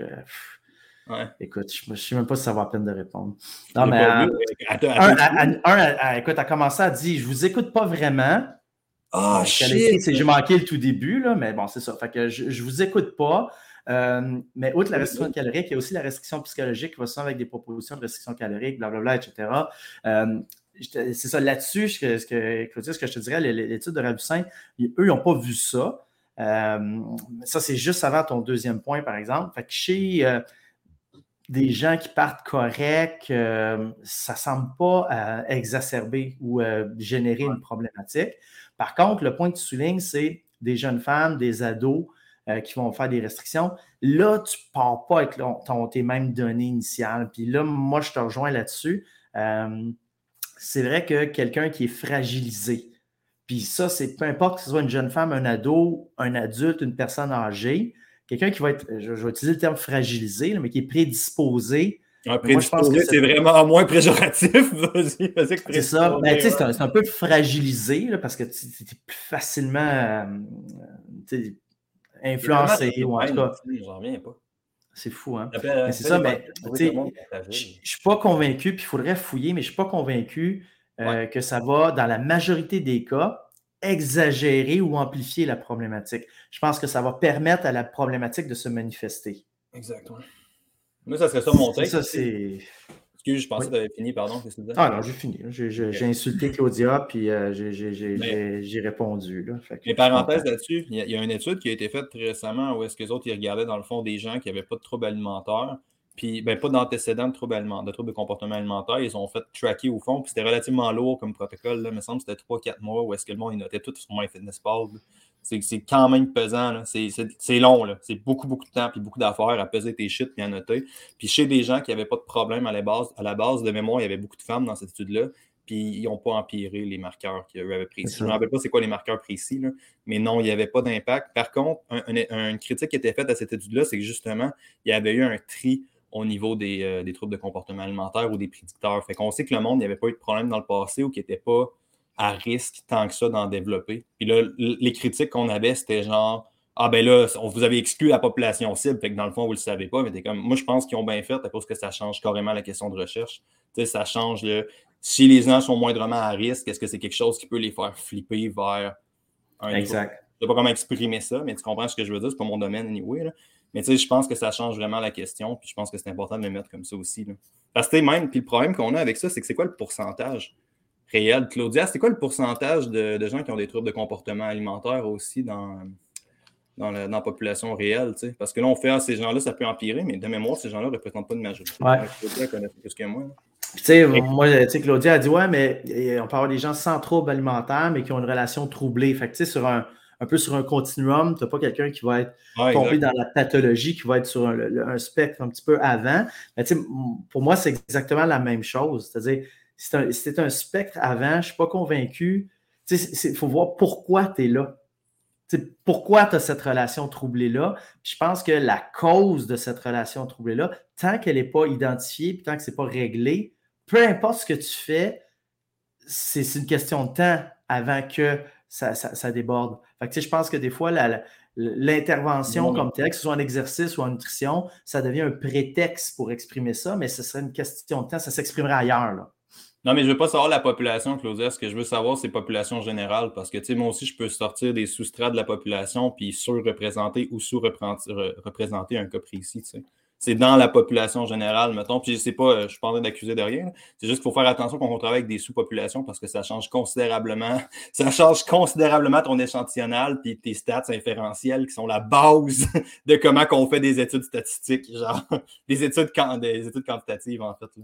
Écoute, je ne sais même pas si ça vaut la peine de répondre. Non, mais écoute, elle a commencé à dire, je vous écoute pas vraiment. Ah, shit! J'ai manqué le tout début, là, mais bon, c'est ça. Fait que je vous écoute pas. Mais outre la restriction calorique, il y a aussi la restriction psychologique qui va souvent avec des propositions de restriction calorique, blablabla, etc. C'est ça, là-dessus, Claudia, ce que je te dirais, l'étude de Rabusin, eux, ils n'ont pas vu ça. Ça, c'est juste avant ton deuxième point, par exemple. Fait que chez des gens qui partent corrects, ça ne semble pas exacerber ou générer une problématique. Par contre, le point que tu soulignes, c'est des jeunes femmes, des ados qui vont faire des restrictions. Là, tu ne pars pas avec tes mêmes données initiales. Puis là, moi, je te rejoins là-dessus. C'est vrai que quelqu'un qui est fragilisé, puis ça, c'est peu importe que ce soit une jeune femme, un ado, un adulte, une personne âgée, quelqu'un qui va être, je vais utiliser le terme fragilisé, là, mais qui est prédisposé. Prédisposé, c'est vraiment moins péjoratif. Vas-y, c'est ça. Ben, c'est un peu fragilisé là, parce que tu es plus facilement influencé. Ou en tout cas, j'en reviens pas. C'est fou, hein? Mais c'est ça, mais je ne suis pas convaincu, puis il faudrait fouiller, mais je ne suis pas convaincu que ça va, dans la majorité des cas, exagérer ou amplifier la problématique. Je pense que ça va permettre à la problématique de se manifester. Exactement. Moi, ça serait ça mon texte. Ça, c'est... Excuse, je pensais que tu avais fini, pardon. Qu'est-ce que tu disais? Ah non, j'ai fini. J'ai insulté Claudia, puis j'ai répondu. Là. Mais parenthèse là-dessus, il y a une étude qui a été faite très récemment où est-ce que les autres ils regardaient dans le fond des gens qui n'avaient pas de troubles alimentaires, puis pas d'antécédents de troubles de comportement alimentaire. Ils ont fait tracker au fond, puis c'était relativement lourd comme protocole. Là. Il me semble que c'était 3-4 mois où est-ce que le monde il notait tout sur MyFitnessPal. C'est quand même pesant. C'est long. Là. C'est beaucoup de temps puis beaucoup d'affaires à peser tes shit puis à noter. Puis chez des gens qui n'avaient pas de problème à la base de mémoire, il y avait beaucoup de femmes dans cette étude-là. Puis ils n'ont pas empiré les marqueurs qu'ils avaient pris. Je ne me rappelle pas c'est quoi les marqueurs précis, là, mais non, il n'y avait pas d'impact. Par contre, une critique qui était faite à cette étude-là, c'est que justement, il y avait eu un tri au niveau des troubles de comportement alimentaire ou des prédicteurs. Fait qu'on sait que le monde, il n'y avait pas eu de problème dans le passé ou qui n'était pas à risque tant que ça d'en développer. Puis là, les critiques qu'on avait, c'était genre « Ah ben là, on vous avait exclu la population cible, fait que dans le fond, vous ne le savez pas. » Mais t'es comme, moi, je pense qu'ils ont bien fait à cause que ça change carrément la question de recherche. Tu sais, ça change si les gens sont moindrement à risque, est-ce que c'est quelque chose qui peut les faire flipper vers un exact. Niveau? Je ne sais pas comment exprimer ça, mais tu comprends ce que je veux dire, c'est pas mon domaine anyway. Là. Mais tu sais, je pense que ça change vraiment la question, puis je pense que c'est important de le mettre comme ça aussi. Là. Parce que même, puis le problème qu'on a avec ça, c'est que c'est quoi le pourcentage réel? Claudia, c'est quoi le pourcentage de gens qui ont des troubles de comportement alimentaire aussi dans dans la population réelle, tu sais. Parce que là, on fait, ces gens-là, ça peut empirer, mais de mémoire, ces gens-là ne représentent pas une majorité. Ouais. Claudia connaît plus que moi. Puis, tu sais, moi, tu sais, Claudia a dit, ouais, mais on peut avoir des gens sans troubles alimentaires, mais qui ont une relation troublée. Fait que, tu sais, un peu sur un continuum, tu n'as pas quelqu'un qui va être tombé dans la pathologie, qui va être sur un spectre un petit peu avant. Mais, tu sais, pour moi, c'est exactement la même chose. C'est-à-dire, si c'est un spectre avant, je ne suis pas convaincu. Tu sais, il faut voir pourquoi tu es là. Pourquoi tu as cette relation troublée-là? Je pense que la cause de cette relation troublée-là, tant qu'elle n'est pas identifiée, puis tant que ce n'est pas réglé, peu importe ce que tu fais, c'est une question de temps avant que ça déborde. Fait que, je pense que des fois, l'intervention comme telle, que ce soit en exercice ou en nutrition, ça devient un prétexte pour exprimer ça, mais ce serait une question de temps, ça s'exprimerait ailleurs, là. Non, mais je ne veux pas savoir la population, Claudia. Ce que je veux savoir, c'est population générale. Parce que, tu sais, moi aussi, je peux sortir des sous-strats de la population puis surreprésenter ou sous-représenter un cas précis, tu sais. C'est dans la population générale, mettons. Puis je sais pas, je ne suis pas en train d'accuser de rien. C'est juste qu'il faut faire attention quand on travaille avec des sous-populations parce que ça change considérablement ton échantillonnal puis tes stats inférentiels qui sont la base de comment on fait des études statistiques, genre des études quantitatives, en fait, là.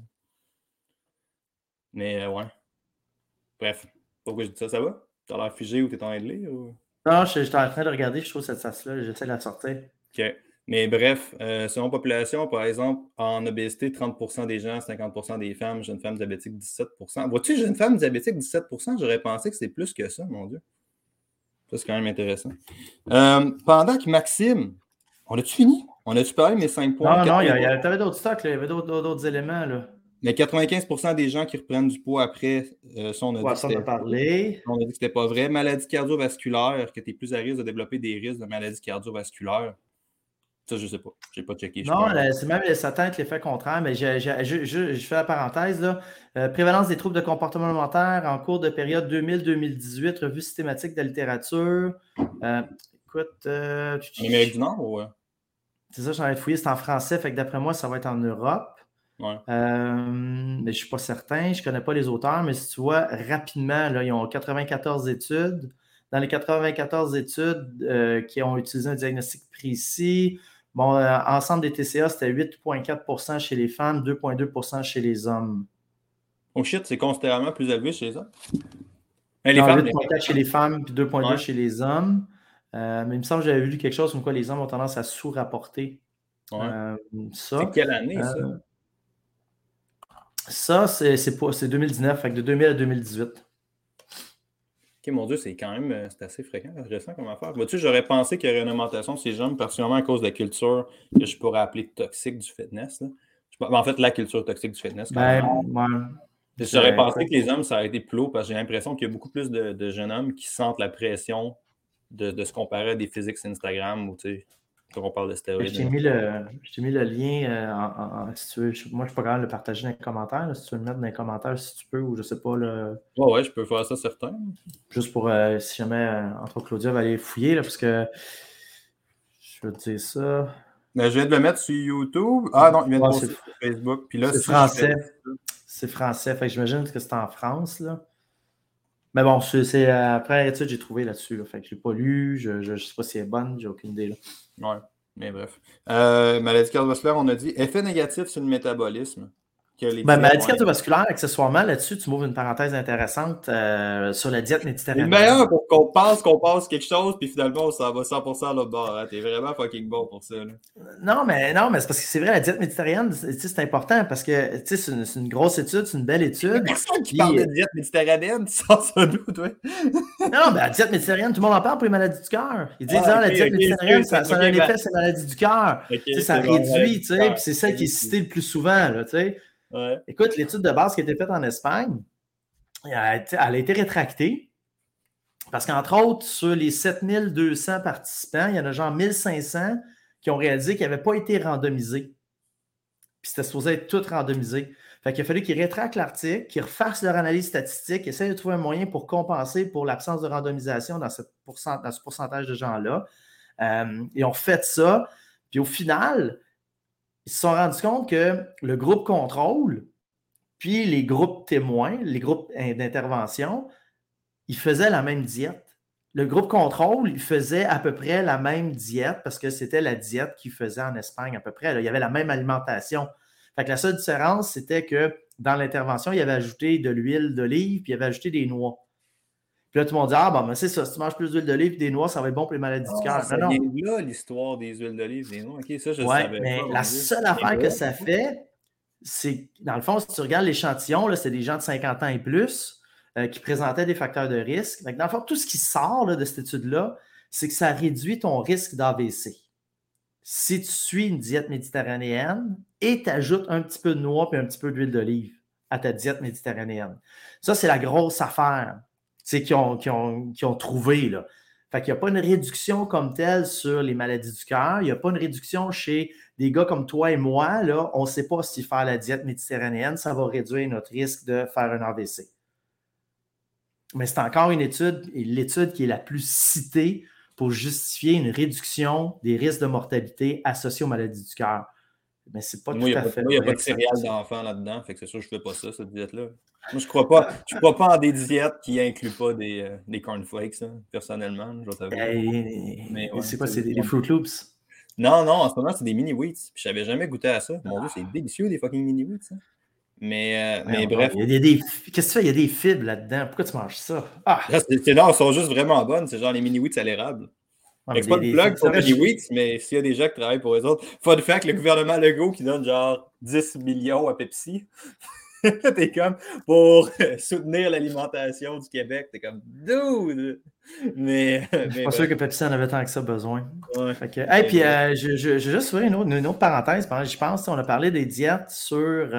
Mais ouais. Bref, pourquoi je dis ça? Ça va? T'as l'air figé ou t'es en train de lire? Ou... Non, j'étais en train de regarder, je trouve cette stats-là, j'essaie de la sortir. OK. Mais bref, selon population, par exemple, en obésité, 30% des gens, 50% des femmes, jeunes femmes diabétiques, 17%. Vois-tu, jeunes femmes diabétiques, 17%? J'aurais pensé que c'était plus que ça, mon Dieu. Ça, c'est quand même intéressant. Pendant que Maxime, on a-tu fini? On a-tu parlé de mes 5 points? Non, t'avais d'autres stocks, là, il y avait d'autres éléments, là. Mais 95% des gens qui reprennent du poids après, ça, on a dit que c'était on a dit que c'était pas vrai. Maladie cardiovasculaire, que tu es plus à risque de développer des risques de maladie cardiovasculaire. Ça, je sais pas. J'ai pas checké. Non, c'est même ça tente l'effet contraire, mais je fais la parenthèse, là. Prévalence des troubles de comportement alimentaire en cours de période 2000-2018, revue systématique de la littérature. Écoute. En Amérique du Nord ou... C'est ça, j'en ai fouillé, c'est en français, fait que d'après moi, ça va être en Europe. Ouais. Mais je ne suis pas certain, je ne connais pas les auteurs, mais si tu vois, rapidement, là, ils ont 94 études. Dans les 94 études qui ont utilisé un diagnostic précis, bon, ensemble des TCA, c'était 8,4% chez les femmes, 2,2% chez les hommes. Oh shit, c'est considérablement plus élevé chez les hommes? 8,4 chez les femmes, puis 2,2 chez les hommes. Mais il me semble que j'avais vu quelque chose comme quoi les hommes ont tendance à sous-rapporter ça. C'est quelle année, ça? Ça, c'est 2019, fait que de 2000 à 2018. Ok, mon Dieu, c'est quand même c'est assez fréquent, récent comme affaire. Vois-tu, j'aurais pensé qu'il y aurait une augmentation de ces jeunes, particulièrement à cause de la culture que je pourrais appeler toxique du fitness. Là. En fait, la culture toxique du fitness. J'aurais pensé que les hommes, ça aurait été plus haut parce que j'ai l'impression qu'il y a beaucoup plus de jeunes hommes qui sentent la pression de se comparer à des physiques sur Instagram ou, tu sais, quand on parle de stéroïdes. Je t'ai mis le lien si tu veux. Moi, je suis pas capable de le partager dans les commentaires. Là, si tu veux le mettre dans les commentaires, si tu peux, ou je sais pas. Ouais, je peux faire ça, certain. Juste pour, si jamais, entre autres, Claudia va aller fouiller, là, parce que je vais te dire ça. Mais je viens de le mettre sur YouTube. Ah non, il vient de poster sur Facebook. Puis là, c'est français. C'est français. Fait que j'imagine que c'est en France, là. Mais bon, c'est après l'étude, j'ai trouvé là-dessus. Là. Fait que je l'ai pas lu. Je ne sais pas si elle est bonne. J'ai aucune idée. Là. Ouais, mais bref. Maladie cardiovasculaire, on a dit effet négatif sur le métabolisme. Maladie cardiovasculaire, accessoirement, là-dessus, tu m'ouvres une parenthèse intéressante sur la diète méditerranéenne. C'est le meilleur pour qu'on pense qu'on passe quelque chose, puis finalement, ça va 100% à l'autre bord. Hein. T'es vraiment fucking bon pour ça. Là. Non, mais c'est parce que c'est vrai, la diète méditerranéenne, c'est important parce que c'est une grosse étude, c'est une belle étude. Il y a personne qui parle de diète méditerranéenne, tu sens ça d'où, toi? Non, la diète méditerranéenne, tout le monde en parle pour les maladies du cœur. Ils disent, la diète méditerranéenne, ça a un effet sur les maladies du cœur. Ça réduit, puis c'est ça qui est cité le plus souvent, là, tu sais. Ouais. Écoute, l'étude de base qui a été faite en Espagne, elle a été rétractée parce qu'entre autres, sur les 7200 participants, il y en a genre 1500 qui ont réalisé qu'ils n'avaient pas été randomisés. Puis c'était supposé être tout randomisé. Fait qu'il a fallu qu'ils rétractent l'article, qu'ils refassent leur analyse statistique, essayent de trouver un moyen pour compenser pour l'absence de randomisation dans ce pourcentage de gens-là. Ils ont fait ça. Puis au final, ils se sont rendus compte que le groupe contrôle, puis les groupes témoins, les groupes d'intervention, ils faisaient la même diète. le groupe contrôle, il faisait à peu près la même diète parce que c'était la diète qu'ils faisaient en Espagne à peu près. Là. Il y avait la même alimentation. Fait que la seule différence, c'était que dans l'intervention, il avait ajouté de l'huile d'olive puis il avait ajouté des noix. Puis là, tout le monde dit, ah, bon, mais c'est ça, si tu manges plus d'huile d'olive et des noix, ça va être bon pour les maladies du Ah, cœur. ça Non, vient non. de là, l'histoire des huiles d'olive, des noix. OK, ça, je ne Ouais, savais pas, mais la mon Dieu. seule C'est affaire que drôle. ça fait, c'est, dans le fond, si tu regardes l'échantillon, là, c'est des gens de 50 ans et plus qui présentaient des facteurs de risque. Donc, dans le fond, tout ce qui sort là, de cette étude-là, c'est que ça réduit ton risque d'AVC. Si tu suis une diète méditerranéenne et tu ajoutes un petit peu de noix et un petit peu d'huile d'olive à ta diète méditerranéenne. Ça, c'est la grosse affaire qu'ils ont trouvé. Là. Fait qu'il n'y a pas une réduction comme telle sur les maladies du cœur. Il n'y a pas une réduction chez des gars comme toi et moi. Là, on ne sait pas si faire la diète méditerranéenne, ça va réduire notre risque de faire un AVC. Mais c'est encore une étude, et l'étude qui est la plus citée pour justifier une réduction des risques de mortalité associés aux maladies du cœur. Mais c'est pas Moi, tout à fait il n'y a pas vrai de que ça céréales fait ça. d'enfant là-dedans, fait que c'est sûr que je ne fais pas ça, cette diète-là. Moi, je crois pas en des diètes qui incluent pas des cornflakes, là, personnellement, je vais t'avouer. Mais ouais, C'est quoi, c'est c'est juste des Fruit Loops? Non, non, en ce moment, c'est des mini-wheats. Puis j'avais jamais goûté à ça. Mon Dieu, c'est délicieux, des fucking mini-wheats, ça. Mais bref. Qu'est-ce que tu fais? Il y a des fibres là-dedans. Pourquoi tu manges ça? Ah! Là, non, elles sont juste vraiment bonnes. C'est genre les mini-wheats à l'érable. Ouais, Fait mais que c'est pas de plug tu pour savais, mini-wheats, mais s'il y a des gens qui travaillent pour eux autres. Fun fact, le gouvernement Legault qui donne genre 10 millions à Pepsi. T'es comme pour soutenir l'alimentation du Québec. T'es comme dude! Mais, je suis mais pas sûr que bref. Pepsi en avait tant que ça besoin. Ouais, Fait que, hey, mais puis bref. je juste ouvrir une autre parenthèse. Pendant que j'y pense, on a parlé des diètes sur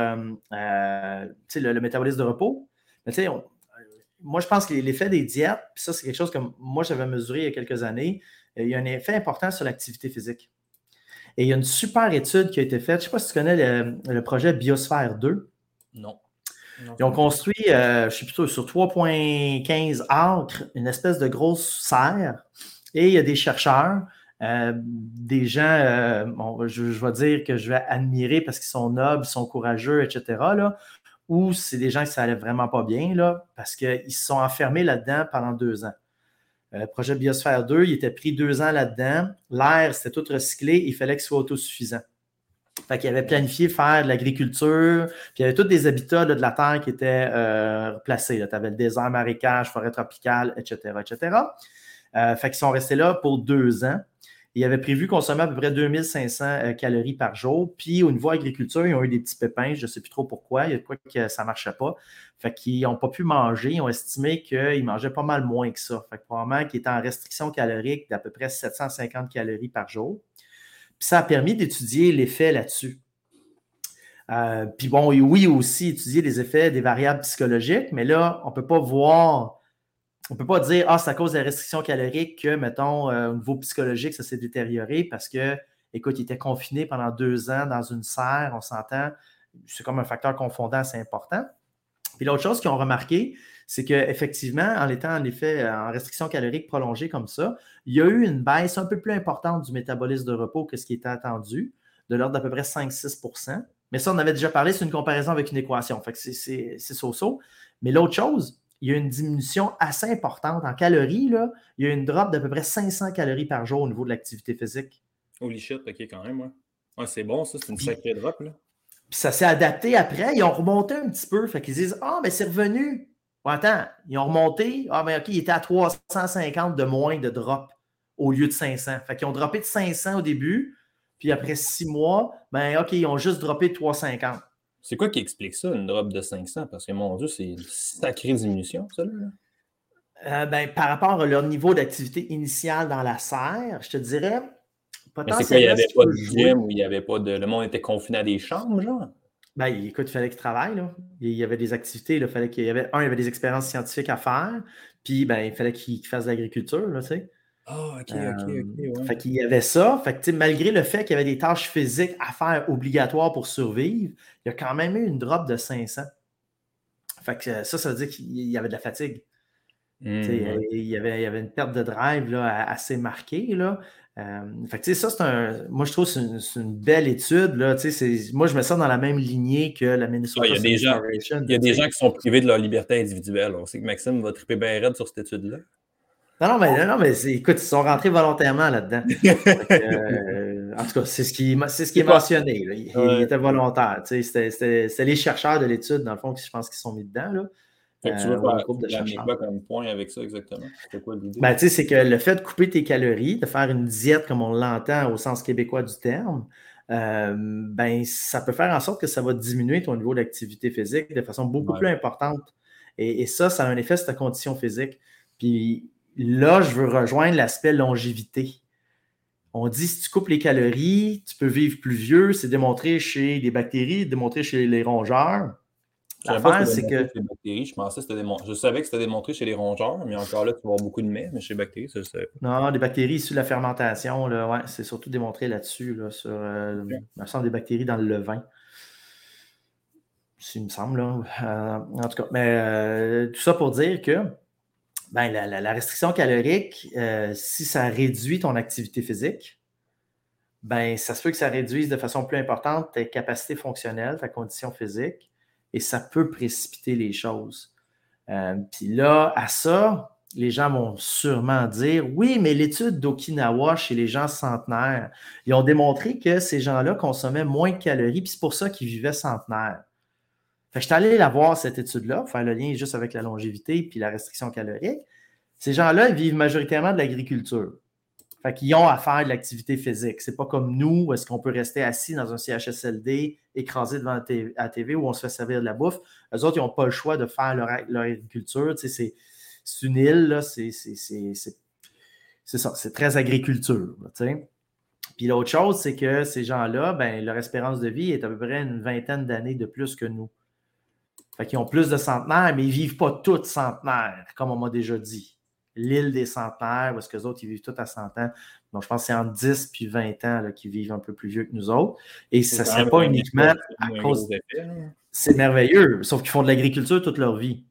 le métabolisme de repos. Mais moi, je pense que l'effet des diètes, puis ça, c'est quelque chose que moi, j'avais mesuré il y a quelques années, il y a un effet important sur l'activité physique. Et il y a une super étude qui a été faite. Je ne sais pas si tu connais le projet Biosphère 2. Non. Non, Ils ont construit, je ne sais plus, sur 3,15 acres, une espèce de grosse serre. Et il y a des chercheurs, des gens, je vais dire que je vais admirer parce qu'ils sont nobles, ils sont courageux, etc. Là, ou c'est des gens qui ça allait vraiment pas bien, là, parce qu'ils se sont enfermés là-dedans pendant 2 ans. Le projet Biosphère 2, il était pris 2 ans là-dedans. L'air, c'était tout recyclé. Il fallait qu'il soit autosuffisant. Fait qu'il avait planifié faire de l'agriculture, puis il y avait tous des habitats là, de la terre qui étaient placés. Tu avais le désert, marécage, forêt tropicale, etc., etc. Fait qu'ils sont restés là pour 2 ans. Ils avaient prévu consommer à peu près 2500 calories par jour. Puis au niveau agriculture, ils ont eu des petits pépins. Je ne sais plus trop pourquoi. Il y a de quoi que ça ne marchait pas. Fait qu'ils n'ont pas pu manger. Ils ont estimé qu'ils mangeaient pas mal moins que ça. Fait que probablement qu'ils étaient en restriction calorique d'à peu près 750 calories par jour. Puis ça a permis d'étudier l'effet là-dessus. Puis bon, oui, aussi étudier les effets des variables psychologiques, mais là, on ne peut pas voir, on ne peut pas dire, ah, c'est à cause de la restriction calorique que, mettons, au niveau psychologique, ça s'est détérioré parce que, écoute, il était confiné pendant 2 ans dans une serre, on s'entend, c'est comme un facteur confondant assez important. Puis l'autre chose qu'ils ont remarqué, c'est qu'effectivement, en étant en effet en restriction calorique prolongée comme ça, il y a eu une baisse un peu plus importante du métabolisme de repos que ce qui était attendu, de l'ordre d'à peu près 5-6 %. Mais ça, on avait déjà parlé, c'est une comparaison avec une équation. Fait que c'est so-so. Mais l'autre chose, il y a une diminution assez importante en calories. Là, il y a une drop d'à peu près 500 calories par jour au niveau de l'activité physique. Holy shit, ok, quand même, ouais. Ouais, c'est bon, ça, c'est une Puis, sacrée drop, là. Puis ça s'est adapté après. Ils ont remonté un petit peu. Fait qu'ils disent, ah, mais c'est revenu. Bon, attends, ils ont remonté. Ah, mais OK, il était à 350 de moins de drop au lieu de 500. Fait qu'ils ont droppé de 500 au début. Puis après 6 mois, ben OK, ils ont juste droppé de 350. C'est quoi qui explique ça, une drop de 500? Parce que, mon Dieu, c'est une sacrée diminution, ça, là. Par rapport à leur niveau d'activité initiale dans la serre, je te dirais, Mais c'est quoi, il n'y potentiellement, ce avait qui pas peut de jouer. gym ou il n'y avait pas de. Le monde était confiné à des chambres, genre? Ben, écoute, il fallait qu'ils travaillent, là. Il y avait des activités, là. Il y avait des expériences scientifiques à faire. Puis, ben, il fallait qu'ils fassent de l'agriculture, là, tu sais. Ah, ok, ouais. Fait qu'il y avait ça. Fait que, malgré le fait qu'il y avait des tâches physiques à faire obligatoires pour survivre, il y a quand même eu une drop de 500. Fait que ça veut dire qu'il y avait de la fatigue. Ouais. Il y avait une perte de drive là, assez marquée. Là. Fait que, ça, moi, je trouve que c'est une belle étude. Là, moi, je mets ça dans la même lignée que la Ah, Minnesota Sun Exploration. il y a des gens qui sont privés de leur liberté individuelle. On sait que Maxime va triper bien raide sur cette étude-là. Non, mais écoute, ils sont rentrés volontairement là-dedans. En tout cas, c'est ce qui est mentionné. Là. Il était volontaire. C'était les chercheurs de l'étude, dans le fond, qui je pense qu'ils sont mis dedans. Là. Fait que tu veux Ou un faire, groupe tu de veux amener chercheurs. quoi comme point avec ça exactement? C'était quoi l'idée? Ben, c'est que le fait de couper tes calories, de faire une diète comme on l'entend au sens québécois du terme, ben, ça peut faire en sorte que ça va diminuer ton niveau d'activité physique de façon beaucoup plus importante. Et ça a un effet sur ta condition physique. Puis là, je veux rejoindre l'aspect longévité. On dit si tu coupes les calories, tu peux vivre plus vieux. C'est démontré chez les bactéries, démontré chez les rongeurs. Je savais pas que L'affaire, c'était c'est démontré que chez les bactéries. Je pensais que c'était démontré. Je savais que c'était démontré chez les rongeurs, mais encore là, tu vas avoir beaucoup de mais chez les bactéries, ça, je savais pas. non, des bactéries issues de la fermentation, là, ouais, c'est surtout démontré là-dessus, là, sur il me semble des bactéries dans le levain. Il me semble, là. En tout cas, mais tout ça pour dire que ben, la restriction calorique, si ça réduit ton activité physique, ben, ça se peut que ça réduise de façon plus importante tes capacités fonctionnelles, ta condition physique, et ça peut précipiter les choses. Puis là, à ça, les gens vont sûrement dire, oui, mais l'étude d'Okinawa chez les gens centenaires, ils ont démontré que ces gens-là consommaient moins de calories, puis c'est pour ça qu'ils vivaient centenaires. Fait que je suis allé la voir, cette étude-là, pour faire le lien juste avec la longévité puis la restriction calorique. Ces gens-là, ils vivent majoritairement de l'agriculture. Fait qu'ils ont à faire de l'activité physique. C'est pas comme nous, où est-ce qu'on peut rester assis dans un CHSLD, écrasé devant la TV, où on se fait servir de la bouffe. Eux autres, ils n'ont pas le choix de faire leur agriculture. Tu sais, c'est une île, là, c'est ça, c'est très agriculture. Là, tu sais. Puis l'autre chose, c'est que ces gens-là, ben, leur espérance de vie est à peu près une vingtaine d'années de plus que nous. Fait qu'ils ont plus de centenaires, mais ils ne vivent pas tous centenaires, comme on m'a déjà dit. L'île des centenaires, où est-ce que les autres, ils vivent tous à 100 ans. Donc, je pense que c'est entre 10 puis 20 ans là, qui vivent un peu plus vieux que nous autres. Et ça ne serait pas uniquement à cause... C'est merveilleux, sauf qu'ils font de l'agriculture toute leur vie.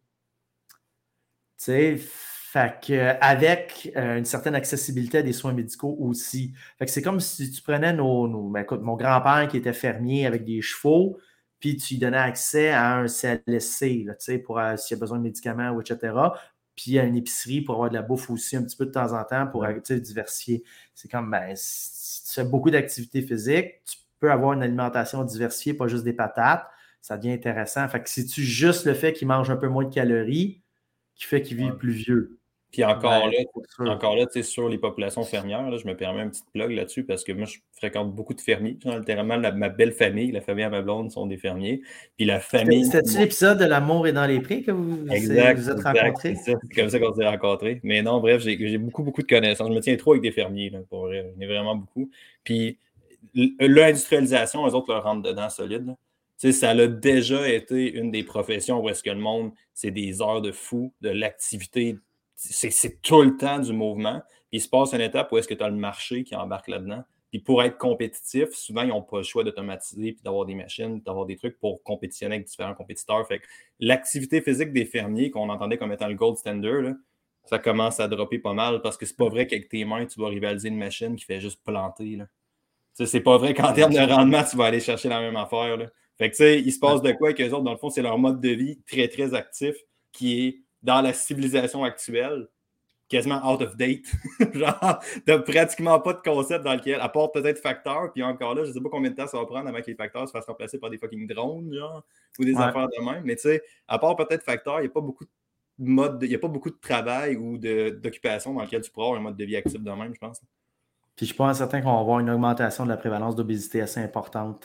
Tu sais, fait qu'avec une certaine accessibilité à des soins médicaux aussi. Fait que c'est comme si tu prenais ben, écoute, mon grand-père qui était fermier avec des chevaux, puis tu lui donnais accès à un CLSC, là, pour s'il y a besoin de médicaments, ou etc. Puis à une épicerie pour avoir de la bouffe aussi un petit peu de temps en temps pour diversifier. C'est comme, ben, si tu fais beaucoup d'activités physiques, tu peux avoir une alimentation diversifiée, pas juste des patates. Ça devient intéressant. Fait que c'est-tu juste le fait qu'ils mangent un peu moins de calories qui fait qu'ils vivent plus vieux? Puis encore Ben, là, tu sais, sur les populations fermières, là, je me permets un petit plug là-dessus parce que moi, je fréquente beaucoup de fermiers. Genre, littéralement, ma belle famille, la famille à ma blonde sont des fermiers. Puis la famille. C'était-tu l'épisode de L'amour est dans les prés que vous êtes rencontrés? C'est ça. C'est comme ça qu'on s'est rencontrés. Mais non, bref, j'ai beaucoup, beaucoup de connaissances. Je me tiens trop avec des fermiers, là, pour vrai. J'en ai vraiment beaucoup. Puis l'industrialisation, eux autres leur rentrent dedans solide. Là. Tu sais, ça a déjà été une des professions où est-ce que le monde, c'est des heures de fou, de l'activité. C'est tout le temps du mouvement. Puis il se passe une étape où est-ce que tu as le marché qui embarque là-dedans. Puis pour être compétitif, souvent, ils n'ont pas le choix d'automatiser, puis d'avoir des machines, puis d'avoir des trucs pour compétitionner avec différents compétiteurs. Fait que l'activité physique des fermiers, qu'on entendait comme étant le gold standard, là, ça commence à dropper pas mal parce que c'est pas vrai qu'avec tes mains, tu vas rivaliser une machine qui fait juste planter. Là. C'est pas vrai qu'en termes de rendement, tu vas aller chercher la même affaire. Là. Fait que, tu sais, il se passe de quoi avec eux autres? Dans le fond, c'est leur mode de vie très, très actif qui est dans la civilisation actuelle, quasiment out of date. Genre, t'as pratiquement pas de concept dans lequel, à part peut-être facteur, puis encore là, je sais pas combien de temps ça va prendre avant que les facteurs se fassent remplacer par des fucking drones, genre, ou des affaires de même. Mais tu sais, à part peut-être facteur, il n'y a pas beaucoup de il n'y a pas beaucoup de travail ou d'occupation dans lequel tu pourras avoir un mode de vie actif de même, je pense. Puis je suis pas certain qu'on va avoir une augmentation de la prévalence d'obésité assez importante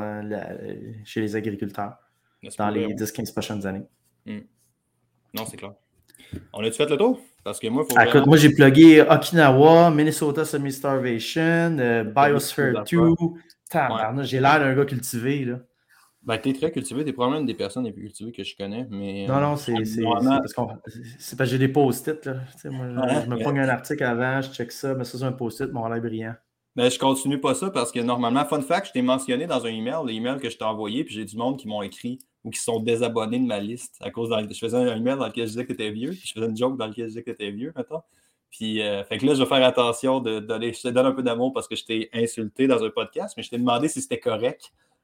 chez les agriculteurs dans les 10-15 prochaines années. Non, c'est clair. On a-tu fait le tour? Parce que moi, il faut vraiment... Écoute, moi, j'ai plugué Okinawa, Minnesota Semi-Starvation, Biosphere 2. J'ai l'air d'un gars cultivé, là. Ben, t'es très cultivé. T'es probablement une des personnes les plus cultivées que je connais. Mais, non, c'est parce que j'ai des post-it, là. Moi, je me pogne un article avant, je check ça, mais ça, c'est un post-it, mon l'air brillant. Ben, je continue pas ça parce que normalement, fun fact, je t'ai mentionné dans un email, l'email que je t'ai envoyé, puis j'ai du monde qui m'ont écrit ou qui sont désabonnés de ma liste à cause je faisais un email dans lequel je disais que tu étais vieux, puis je faisais une joke dans lequel je disais que tu étais vieux, mettons. Puis, fait que là, je vais faire attention je te donne un peu d'amour parce que je t'ai insulté dans un podcast, mais je t'ai demandé si c'était correct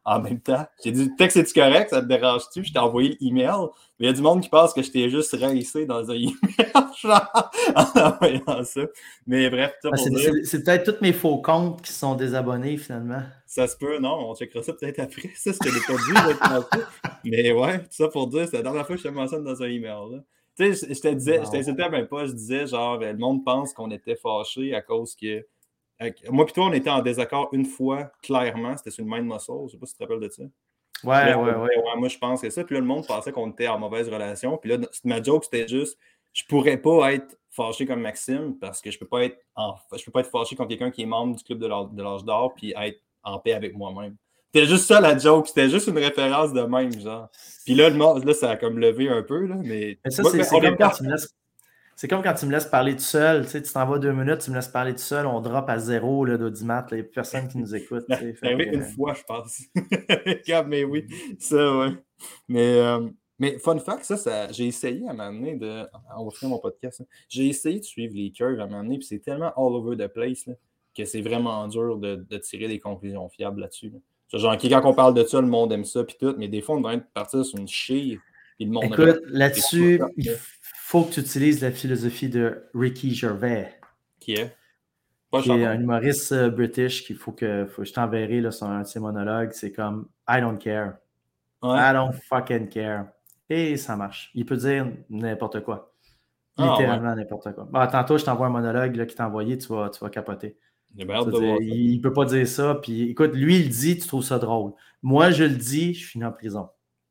en même temps. J'ai dit, texte, es-tu correct? Ça te dérange-tu? Je t'ai envoyé l'email. Mais il y a du monde qui pense que je t'ai juste raissé dans un email, genre, en envoyant ça. Mais bref, ça Ah, pour dire, c'est peut-être tous mes faux comptes qui sont désabonnés finalement. ça se peut, non, on checkera ça peut-être après. Ça, je te l'ai pas dit, je vais te mentir. Mais ouais, tout ça pour dire, c'est la dernière fois que je te mentionne dans un email, là. Tu sais, je te disais, je Bon. t'insultais même pas, je disais, genre, le monde pense qu'on était fâchés à cause que. Moi et toi, on était en désaccord une fois, clairement, c'était sur le Mind Muscle, je sais pas si tu te rappelles de ça. Puis Ouais, là, on ouais, disait, ouais. ouais, moi, je pense que ça. Puis là, le monde pensait qu'on était en mauvaise relation. Puis là, ma joke, c'était juste, je pourrais pas être fâché comme Maxime parce que je peux pas être fâché contre quelqu'un qui est membre du club de l'âge d'or puis être en paix avec moi-même. C'était juste ça la joke. C'était juste une référence de même, genre. Puis là, le monde, là, ça a comme levé un peu, là. Mais Mais ça, moi, c'est on est comme quand pas. tu me laisses. C'est comme quand tu me laisses parler tout seul, tu sais, tu t'en vas 2 minutes, tu me laisses parler tout seul, on drop à zéro là, d'audimat, il n'y a plus personne qui nous écoute. Tu sais, C'est fait arrivé que, une fois, je pense. Mais oui, ça, ouais. Mais, euh, mais fun fact, j'ai essayé à m'amener de. On va finir mon podcast, hein. J'ai essayé de suivre les curves à m'amener, puis c'est tellement all over the place là, que c'est vraiment dur de tirer des conclusions fiables là-dessus, là. Genre, quand on parle de ça, le monde aime ça, puis tout, mais des fois, on devrait partir sur une chire, puis le monde reste. écoute, là-dessus, il faut que tu utilises la philosophie de Ricky Gervais, Qui est pas le qui est chanteur? un humoriste british qu'il faut que je t'enverrai là, sur un de ses monologues. C'est comme I don't care. Ouais. I don't fucking care. Et ça marche. Il peut dire n'importe quoi. Ah ouais. Littéralement n'importe quoi. Bah, tantôt, je t'envoie un monologue là, qu'il t'a envoyé, tu vas capoter. J'ai bien Tu hâte vas de dire, voir ça. il peut pas dire ça. Puis écoute, lui, il le dit, tu trouves ça drôle. Moi, je le dis, je finis en prison.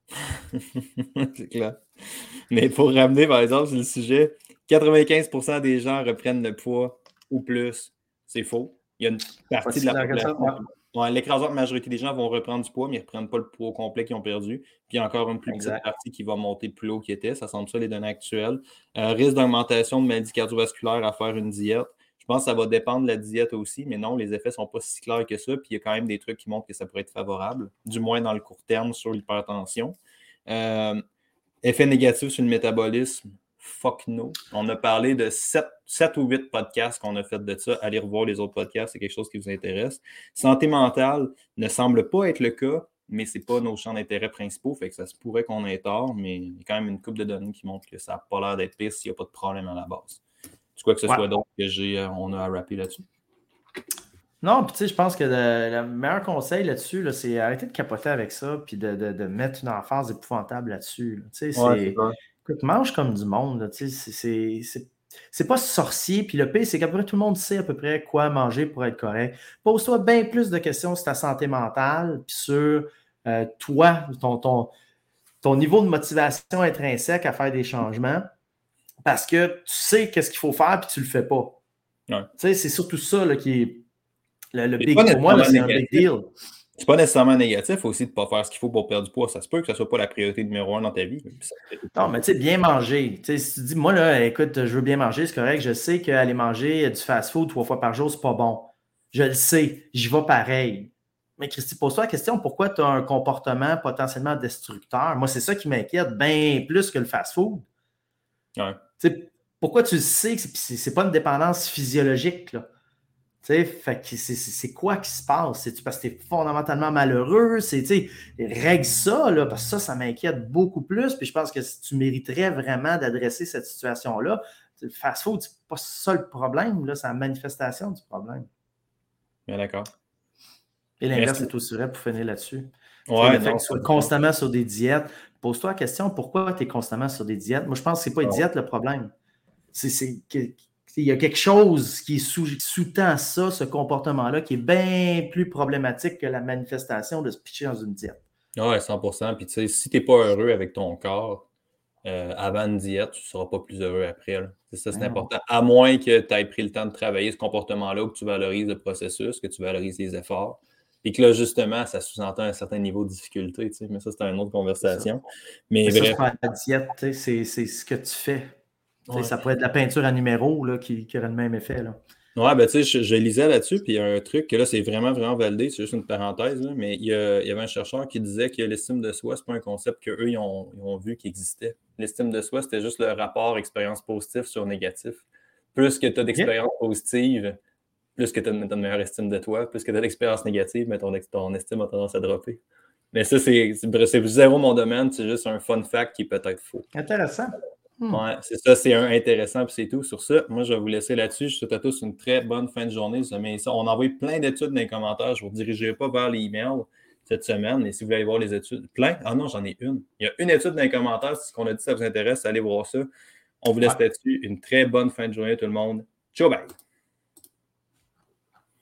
C'est clair. Mais pour ramener, par exemple, sur le sujet, 95% des gens reprennent le poids ou plus. C'est faux. Il y a une Pas partie de si la clair que ça. population Ouais. ouais, l'écrasante majorité des gens vont reprendre du poids, mais ils ne reprennent pas le poids au complet qu'ils ont perdu. Puis il y a encore une plus petite Exact. partie qui va monter plus haut qu'il était. Ça semble ça, les données actuelles. Risque d'augmentation de maladies cardiovasculaires à faire une diète. Je pense que ça va dépendre de la diète aussi, mais non, les effets ne sont pas si clairs que ça. Puis il y a quand même des trucs qui montrent que ça pourrait être favorable, du moins dans le court terme sur l'hypertension. Euh, Effet négatif sur le métabolisme, fuck no. On a parlé de 7 ou 8 podcasts qu'on a fait de ça. Allez revoir les autres podcasts, c'est quelque chose qui vous intéresse. Santé mentale ne semble pas être le cas, mais ce n'est pas nos champs d'intérêt principaux, fait que ça se pourrait qu'on ait tort, mais il y a quand même une couple de données qui montrent que ça n'a pas l'air d'être pire s'il n'y a pas de problème à la base. Tu quoi que ce Ouais. soit d'autre que on a à rapper là-dessus? Non, puis tu sais, je pense que le meilleur conseil là-dessus, là, c'est arrêter de capoter avec ça, puis de mettre une emphase épouvantable là-dessus, là. Tu sais, Ouais, c'est ça. écoute, mange comme du monde, là, tu sais, c'est pas sorcier, puis le pire, c'est qu'à peu près tout le monde sait à peu près quoi manger pour être correct. Pose-toi bien plus de questions sur ta santé mentale, puis sur toi, ton niveau de motivation intrinsèque à faire des changements, parce que tu sais qu'est-ce qu'il faut faire, puis tu le fais pas. Ouais. Tu sais, c'est surtout ça là, qui est le C'est pas big, pour moi, là, nécessairement c'est un big négatif. deal. C'est pas nécessairement négatif aussi de ne pas faire ce qu'il faut pour perdre du poids. Ça se peut que ce ne soit pas la priorité numéro un dans ta vie. Non, mais tu sais, bien manger. Tu sais, si tu dis, moi, là, écoute, je veux bien manger, c'est correct. Je sais qu'aller manger du fast-food 3 fois par jour, c'est pas bon. Je le sais. J'y vais pareil. Mais Christy, pose-toi la question, pourquoi tu as un comportement potentiellement destructeur? Moi, c'est ça qui m'inquiète bien plus que le fast-food. Ouais. Tu sais, pourquoi tu le sais que c'est pas une dépendance physiologique, là? Tu sais, fait que c'est quoi qui se passe? C'est-tu parce que tu es fondamentalement malheureux? Règle ça, là, parce que ça m'inquiète beaucoup plus. Puis je pense que tu mériterais vraiment d'adresser cette situation-là. Le fast-food, c'est pas ça le problème, là, c'est la manifestation du problème. Bien d'accord. Et l'inverse Merci. est aussi vrai pour finir là-dessus. Ouais, Le fait non, que tu sois 100%. constamment sur des diètes, pose-toi la question, pourquoi tu es constamment sur des diètes? Moi, je pense que c'est pas les diètes le problème. Il y a quelque chose qui sous-tend ça, ce comportement-là, qui est bien plus problématique que la manifestation de se pitcher dans une diète. Ouais, 100%. Puis tu sais, si tu n'es pas heureux avec ton corps avant une diète, tu ne seras pas plus heureux après, là. C'est ça, c'est important. À moins que tu aies pris le temps de travailler ce comportement-là, que tu valorises le processus, que tu valorises les efforts. Puis que là, justement, ça sous-entend un certain niveau de difficulté, tu sais. Mais ça, c'est une autre conversation. Mais Mais ça, bref. c'est pas la diète, c'est ce que tu fais. Ouais. Ça pourrait être de la peinture à numéro là, qui aurait le même effet. Là. Ouais, ben tu sais, je lisais là-dessus, puis il y a un truc que là, c'est vraiment, vraiment validé, c'est juste une parenthèse, là, mais il y avait un chercheur qui disait que l'estime de soi, c'est pas un concept qu'eux, ils ont vu qu'il existait. L'estime de soi, c'était juste le rapport expérience positive sur négatif. Plus que tu as d'expériences positives, plus que tu as une meilleure estime de toi, plus que tu as d'expériences négatives, mais ton estime a tendance à dropper. Mais ça, c'est zéro mon domaine, c'est juste un fun fact qui est peut-être faux. Intéressant. Ouais, c'est ça, c'est un intéressant, puis c'est tout. Sur ça, moi, je vais vous laisser là-dessus. Je vous souhaite à tous une très bonne fin de journée. On a envoyé plein d'études dans les commentaires. Je ne vous redirigerai pas vers les emails cette semaine, mais si vous voulez aller voir les études, plein. Ah non, j'en ai une. Il y a une étude dans les commentaires. Si ce qu'on a dit, ça vous intéresse, allez voir ça. On vous laisse là-dessus. Une très bonne fin de journée, tout le monde. Ciao, bye!